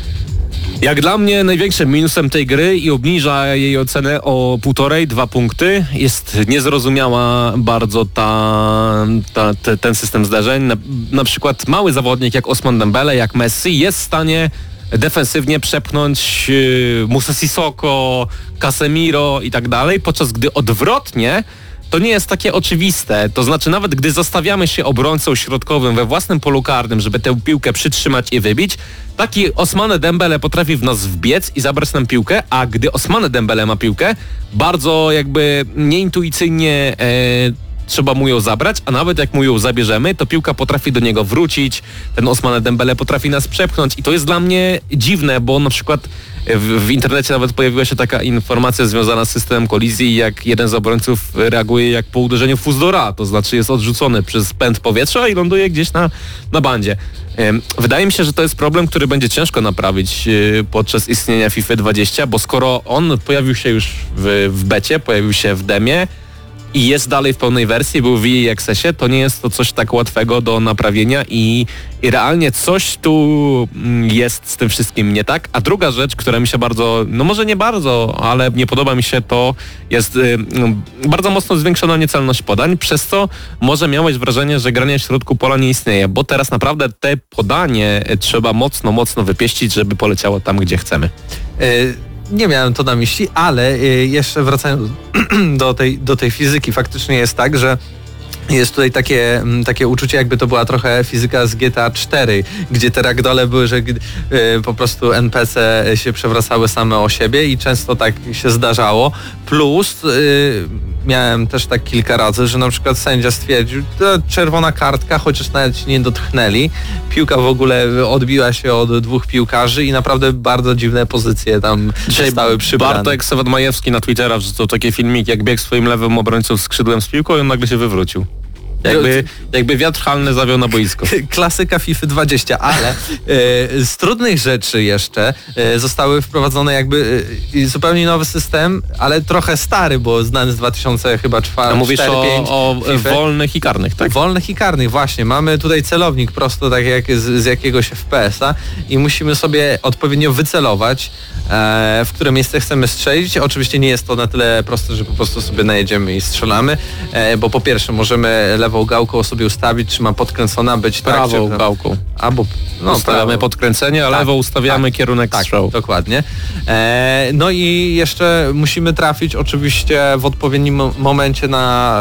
jak dla mnie największym minusem tej gry i obniża jej ocenę o półtorej, dwa punkty. Jest niezrozumiała bardzo ta, ta, te, ten system zdarzeń. Na, na przykład mały zawodnik jak Ousmane Dembele, jak Messi jest w stanie defensywnie przepchnąć yy, Musa Sissoko, Casemiro i tak dalej, podczas gdy odwrotnie to nie jest takie oczywiste. To znaczy nawet gdy zastawiamy się obrońcą środkowym we własnym polu karnym, żeby tę piłkę przytrzymać i wybić, taki Ousmane Dembele potrafi w nas wbiec i zabrać nam piłkę, a gdy Ousmane Dembele ma piłkę, bardzo jakby nieintuicyjnie e, trzeba mu ją zabrać, a nawet jak mu ją zabierzemy, to piłka potrafi do niego wrócić, ten Ousmane Dembele potrafi nas przepchnąć i to jest dla mnie dziwne, bo na przykład w, w internecie nawet pojawiła się taka informacja związana z systemem kolizji, jak jeden z obrońców reaguje jak po uderzeniu Fuzdora, to znaczy jest odrzucony przez pęd powietrza i ląduje gdzieś na, na bandzie. Wydaje mi się, że to jest problem, który będzie ciężko naprawić podczas istnienia FIFA dwadzieścia, bo skoro on pojawił się już w, w becie, pojawił się w demie, i jest dalej w pełnej wersji, był w E A Accessie, to nie jest to coś tak łatwego do naprawienia i, i realnie coś tu jest z tym wszystkim nie tak. A druga rzecz, która mi się bardzo, no może nie bardzo, ale nie podoba mi się, to jest y, bardzo mocno zwiększona niecelność podań, przez co może miałeś wrażenie, że granie w środku pola nie istnieje, bo teraz naprawdę te podanie trzeba mocno, mocno wypieścić, żeby poleciało tam, gdzie chcemy. Y- Nie miałem to na myśli, ale jeszcze wracając do tej, do tej fizyki, faktycznie jest tak, że jest tutaj takie, takie uczucie, jakby to była trochę fizyka z G T A cztery, gdzie te ragdole były, że y, po prostu N P C się przewracały same o siebie i często tak się zdarzało. Plus y, miałem też tak kilka razy, że na przykład sędzia stwierdził, to czerwona kartka, chociaż nawet się nie dotknęli. Piłka w ogóle odbiła się od dwóch piłkarzy i naprawdę bardzo dziwne pozycje tam zostały przybrane. Bartek Sewad-Majewski na Twittera wrzucał takie filmiki, jak biegł swoim lewym obrońcą skrzydłem z piłką i on nagle się wywrócił. Jakby, jakby wiatr halny zawiał na boisko. Klasyka FIFA dwadzieścia, ale e, z trudnych rzeczy jeszcze e, zostały wprowadzone jakby e, zupełnie nowy system, ale trochę stary, bo znany z dwa tysiące chyba cztery, A mówisz cztery, o, pięć o FIFA. wolnych i karnych, tak? Wolnych i karnych, właśnie. Mamy tutaj celownik prosto tak jak z, z jakiegoś F P S a i musimy sobie odpowiednio wycelować, e, w które miejsce chcemy strzelić. Oczywiście nie jest to na tyle proste, że po prostu sobie najedziemy i strzelamy, e, bo po pierwsze możemy lewą gałką sobie ustawić, czy ma podkręcona być Prawą tak, czy, gałką. Albo no, Ustawiamy prawo. podkręcenie, a Tak, lewo ustawiamy tak, kierunek tak, strzału. dokładnie. E, no i jeszcze musimy trafić oczywiście w odpowiednim mo- momencie na,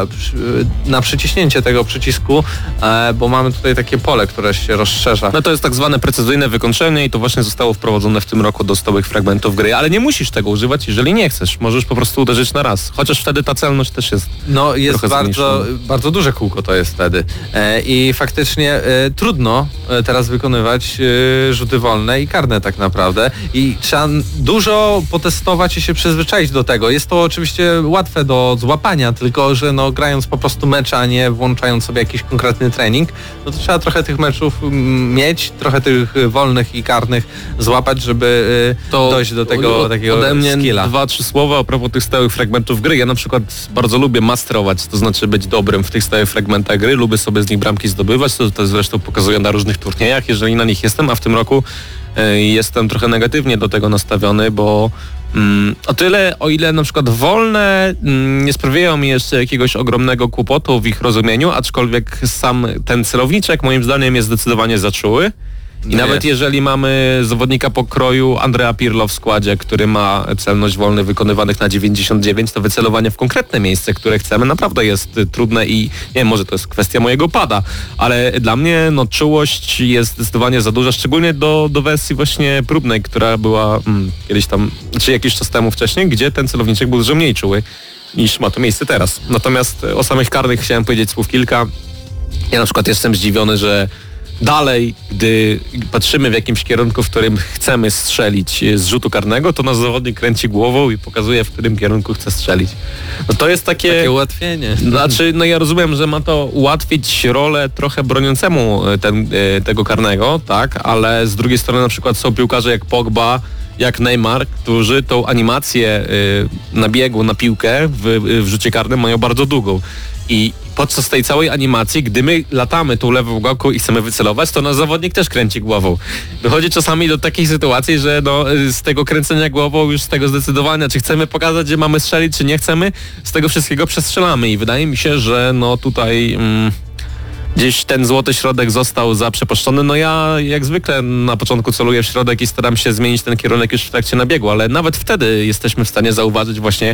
na przyciśnięcie tego przycisku, e, bo mamy tutaj takie pole, które się rozszerza. No to jest tak zwane precyzyjne wykończenie i to właśnie zostało wprowadzone w tym roku do stałych fragmentów gry, ale nie musisz tego używać, jeżeli nie chcesz. Możesz po prostu uderzyć na raz. Chociaż wtedy ta celność też jest. No jest trochę bardzo, bardzo duże kółko to jest wtedy. E, I faktycznie e, trudno e, teraz wykonywać e, rzuty wolne i karne tak naprawdę. I trzeba n- dużo potestować i się przyzwyczaić do tego. Jest to oczywiście łatwe do złapania, tylko że no, grając po prostu mecze, a nie włączając sobie jakiś konkretny trening, no to trzeba trochę tych meczów mm, mieć, trochę tych wolnych i karnych złapać, żeby e, To dojść do tego od- takiego ode mnie skilla. dwa, trzy słowa a propos tych stałych fragmentów gry. Ja na przykład bardzo lubię masterować, to znaczy być dobrym w tych stałych fragmentach gry, lubię sobie z nich bramki zdobywać, to, to zresztą pokazuję na różnych turniejach, jeżeli na nich jestem, a w tym roku e, jestem trochę negatywnie do tego nastawiony, bo mm, o tyle, o ile na przykład wolne mm, nie sprawiają mi jeszcze jakiegoś ogromnego kłopotu w ich rozumieniu, aczkolwiek sam ten celowniczek moim zdaniem jest zdecydowanie za czuły. I No nawet jest. jeżeli mamy zawodnika pokroju Andrea Pirlo w składzie, który ma celność wolnych wykonywanych na dziewięćdziesiąt dziewięć, to wycelowanie w konkretne miejsce, które chcemy, naprawdę jest y, trudne i nie wiem, może to jest kwestia mojego pada, ale dla mnie no, czułość jest zdecydowanie za duża, szczególnie do, do wersji właśnie próbnej, która była mm, kiedyś tam, czy jakiś czas temu wcześniej, gdzie ten celowniczek był dużo mniej czuły niż ma to miejsce teraz. Natomiast o samych karnych chciałem powiedzieć słów kilka. Ja na przykład jestem zdziwiony, że dalej, gdy patrzymy w jakimś kierunku, w którym chcemy strzelić z rzutu karnego, to nasz zawodnik kręci głową i pokazuje, w którym kierunku chce strzelić. No to jest takie... Takie ułatwienie. Znaczy, no ja rozumiem, że ma to ułatwić rolę trochę broniącemu ten, e, tego karnego, tak, ale z drugiej strony na przykład są piłkarze jak Pogba, jak Neymar, którzy tą animację y, na biegu, na piłkę w, w rzucie karnym mają bardzo długą. I podczas tej całej animacji, gdy my latamy tą lewą gałką i chcemy wycelować, to nasz zawodnik też kręci głową. Dochodzi czasami do takiej sytuacji, że no, z tego kręcenia głową, już z tego zdecydowania, czy chcemy pokazać, że mamy strzelić, czy nie chcemy, z tego wszystkiego przestrzelamy. I wydaje mi się, że no tutaj... Mm, gdzieś ten złoty środek został zaprzepuszczony. No ja jak zwykle na początku celuję w środek i staram się zmienić ten kierunek już w trakcie nabiegu, ale nawet wtedy jesteśmy w stanie zauważyć właśnie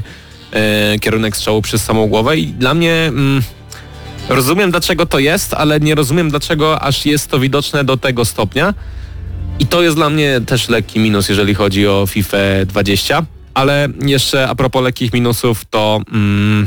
e, kierunek strzału przez samą głowę i dla mnie mm, rozumiem dlaczego to jest, ale nie rozumiem dlaczego aż jest to widoczne do tego stopnia i to jest dla mnie też lekki minus, jeżeli chodzi o FIFA dwadzieścia, ale jeszcze a propos lekkich minusów to mm,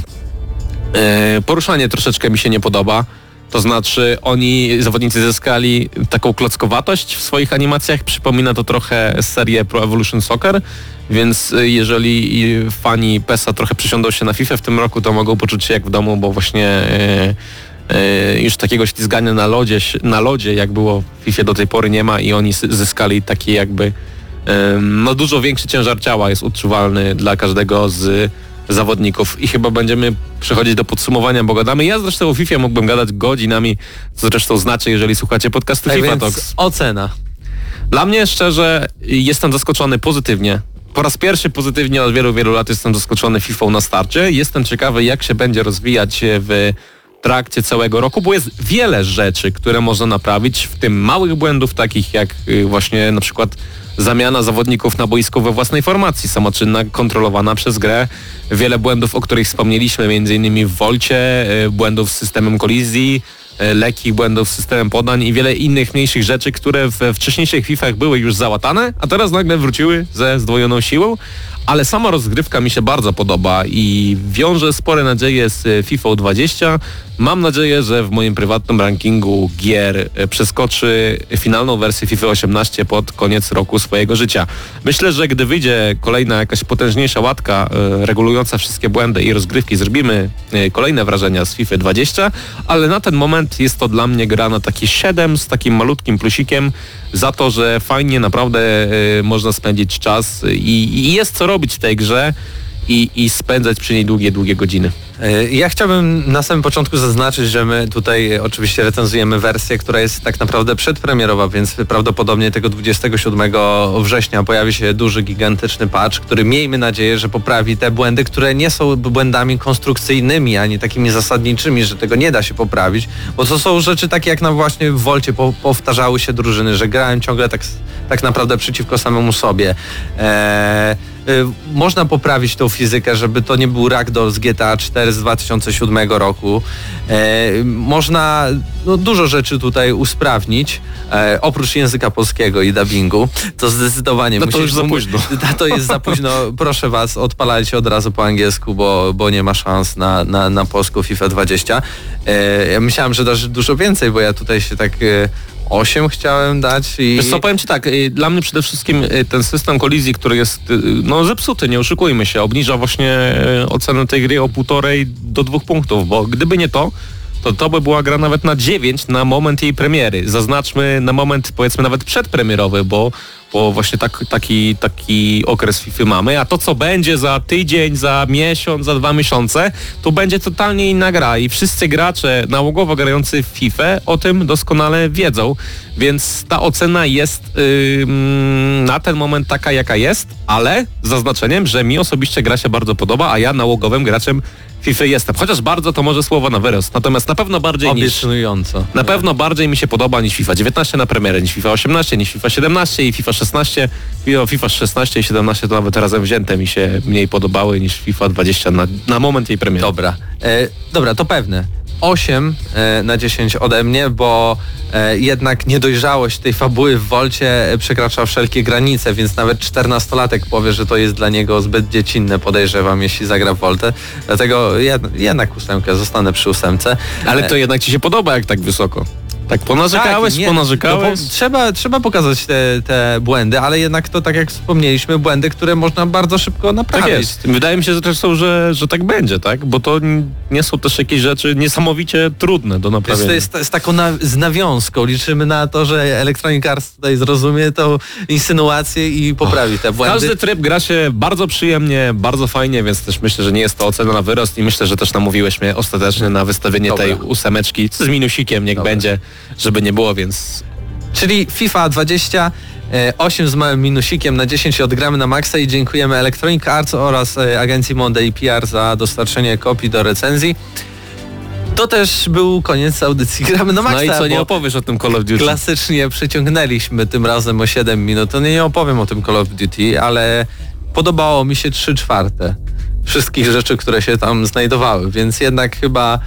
e, poruszanie troszeczkę mi się nie podoba. To znaczy oni, zawodnicy zyskali taką klockowatość w swoich animacjach, przypomina to trochę serię Pro Evolution Soccer, więc jeżeli fani P E S a trochę przysiądą się na FIFA w tym roku, to mogą poczuć się jak w domu, bo właśnie e, e, już takiego ślizgania na lodzie, na lodzie jak było w FIFA do tej pory nie ma i oni zyskali taki jakby e, no dużo większy ciężar ciała jest odczuwalny dla każdego z zawodników i chyba będziemy przechodzić do podsumowania, bo gadamy. Ja zresztą o FIFA mógłbym gadać godzinami, co zresztą znaczy, jeżeli słuchacie podcastu Tak FIFA więc Talks. ocena. Dla mnie szczerze jestem zaskoczony pozytywnie. Po raz pierwszy pozytywnie od wielu, wielu lat jestem zaskoczony FIFA na starcie. Jestem ciekawy, jak się będzie rozwijać w trakcie całego roku, bo jest wiele rzeczy, które można naprawić, w tym małych błędów takich jak właśnie na przykład zamiana zawodników na boisku we własnej formacji, samoczynna, kontrolowana przez grę. Wiele błędów, o których wspomnieliśmy, między innymi w Volcie, błędów z systemem kolizji, lekkich błędów z systemem podań i wiele innych mniejszych rzeczy, które we wcześniejszych FIFach były już załatane, a teraz nagle wróciły ze zdwojoną siłą. ale sama rozgrywka mi się bardzo podoba i wiąże spore nadzieje z FIFA dwadzieścia. Mam nadzieję, że w moim prywatnym rankingu gier przeskoczy finalną wersję FIFA osiemnaście pod koniec roku swojego życia. Myślę, że gdy wyjdzie kolejna jakaś potężniejsza łatka e, regulująca wszystkie błędy i rozgrywki, zrobimy e, kolejne wrażenia z FIFA dwadzieścia, ale na ten moment jest to dla mnie gra na takie siedem z takim malutkim plusikiem za to, że fajnie naprawdę e, można spędzić czas i, i jest co robić w tej grze i, i spędzać przy niej długie, długie godziny. Ja chciałbym na samym początku zaznaczyć, że my tutaj oczywiście recenzujemy wersję, która jest tak naprawdę przedpremierowa, więc prawdopodobnie tego dwudziestego siódmego września pojawi się duży, gigantyczny patch, który miejmy nadzieję, że poprawi te błędy, które nie są błędami konstrukcyjnymi, ani takimi zasadniczymi, że tego nie da się poprawić, bo to są rzeczy takie jak na właśnie w Wolcie po, powtarzały się drużyny, że grałem ciągle tak, tak naprawdę przeciwko samemu sobie. Eee, Można poprawić tą fizykę, żeby to nie był ragdoll z G T A cztery z dwa tysiące siódmego roku. E, można no, dużo rzeczy tutaj usprawnić, e, oprócz języka polskiego i dubbingu. To zdecydowanie... No to już za późno. To jest za późno. Proszę was, odpalajcie od razu po angielsku, bo, bo nie ma szans na, na, na polską FIFA dwadzieścia. E, ja myślałem, że dasz dużo więcej, bo ja tutaj się tak... E, osiem chciałem dać i... Wiesz co, powiem ci tak, dla mnie przede wszystkim ten system kolizji, który jest no zepsuty, nie oszukujmy się, obniża właśnie ocenę tej gry o półtorej do dwóch punktów, bo gdyby nie to, to to by była gra nawet na dziewięć na moment jej premiery. Zaznaczmy na moment powiedzmy nawet przedpremierowy, bo, bo właśnie tak, taki, taki okres FIFA mamy, a to co będzie za tydzień, za miesiąc, za dwa miesiące, to będzie totalnie inna gra i wszyscy gracze nałogowo grający w FIFA o tym doskonale wiedzą, więc ta ocena jest yy, na ten moment taka jaka jest, ale z zaznaczeniem, że mi osobiście gra się bardzo podoba, a ja nałogowym graczem FIFA jestem. Chociaż bardzo to może słowo na wyrost. Natomiast na pewno bardziej niż... Obiecująco. Na pewno bardziej mi się podoba niż FIFA dziewiętnaście na premierę, niż FIFA osiemnaście, niż FIFA siedemnaście i FIFA szesnaście. FIFA szesnaście i siedemnaście to nawet razem wzięte mi się mniej podobały niż FIFA dwadzieścia na, na moment jej premiery. Dobra. E, dobra, to pewne. osiem e, na dziesięć ode mnie, bo e, jednak niedojrzałość tej fabuły w Wolcie przekracza wszelkie granice, więc nawet czternastolatek powie, że to jest dla niego zbyt dziecinne, podejrzewam, jeśli zagra w Woltę. Dlatego jed, jednak ósemkę, zostanę przy ósemce. Ale to jednak ci się podoba, jak tak wysoko. Tak ponarzekałeś, tak, nie, ponarzekałeś. No, po, trzeba, trzeba pokazać te, te błędy, ale jednak to, tak jak wspomnieliśmy, błędy, które można bardzo szybko naprawić. Tak jest. Wydaje mi się zresztą, że, że tak będzie, tak? Bo to nie są też jakieś rzeczy niesamowicie trudne do naprawienia. To jest, to jest taką na, z nawiązką. Liczymy na to, że Electronic Arts tutaj zrozumie tą insynuację i poprawi te błędy. Każdy tryb gra się bardzo przyjemnie, bardzo fajnie, więc też myślę, że nie jest to ocena na wyrost i myślę, że też namówiłeś mnie ostatecznie na wystawienie Dobra. tej ósemeczki z minusikiem, niech Dobra. będzie, żeby nie było, więc... Czyli FIFA dwadzieścia, osiem z małym minusikiem na dziesięć odgramy na maksa i dziękujemy Electronic Arts oraz agencji Monday P R za dostarczenie kopii do recenzji. To też był koniec audycji Gramy na maksa. No i co, nie bo opowiesz o tym Call of Duty? klasycznie przeciągnęliśmy tym razem o siedem minut. To nie, nie opowiem o tym Call of Duty, ale podobało mi się trzy czwarte wszystkich rzeczy, które się tam znajdowały, więc jednak chyba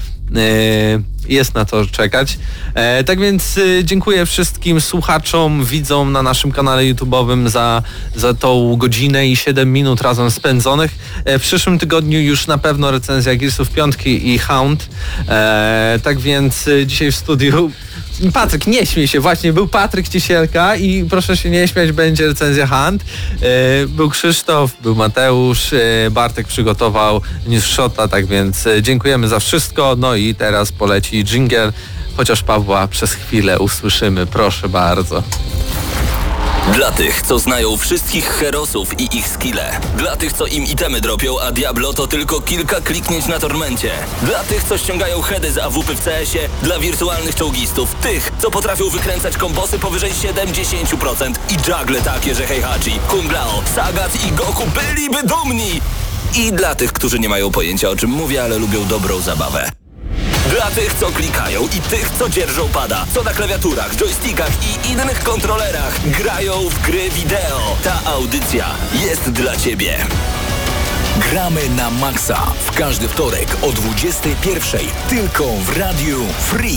yy, jest na to czekać. E, tak więc y, dziękuję wszystkim słuchaczom, widzom na naszym kanale YouTube'owym za, za tą godzinę i siedem minut razem spędzonych. E, w przyszłym tygodniu już na pewno recenzja Gearsów piątki i Hound. E, tak więc y, dzisiaj w studiu Patryk, nie śmiej się, właśnie był Patryk Ciesielka i proszę się nie śmiać, będzie recenzja Hunt. E, był Krzysztof, był Mateusz, e, Bartek przygotował News Shota, tak więc e, dziękujemy za wszystko. No i teraz poleci dżingiel, chociaż Pawła przez chwilę usłyszymy, proszę bardzo. Dla tych, co znają wszystkich herosów i ich skille. Dla tych, co im itemy dropią, a Diablo to tylko kilka kliknięć na tormencie. Dla tych, co ściągają heady z A W P w C S ie. Dla wirtualnych czołgistów. Tych, co potrafią wykręcać kombosy powyżej siedemdziesiąt procent. I juggle takie, że Heihachi, Kung Lao, Sagat i Goku byliby dumni. I dla tych, którzy nie mają pojęcia, o czym mówię, ale lubią dobrą zabawę. Dla tych, co klikają i tych, co dzierżą pada, co na klawiaturach, joystickach i innych kontrolerach grają w gry wideo. Ta audycja jest dla Ciebie. Gramy na maksa w każdy wtorek o dwudziestej pierwszej tylko w Radiu Free.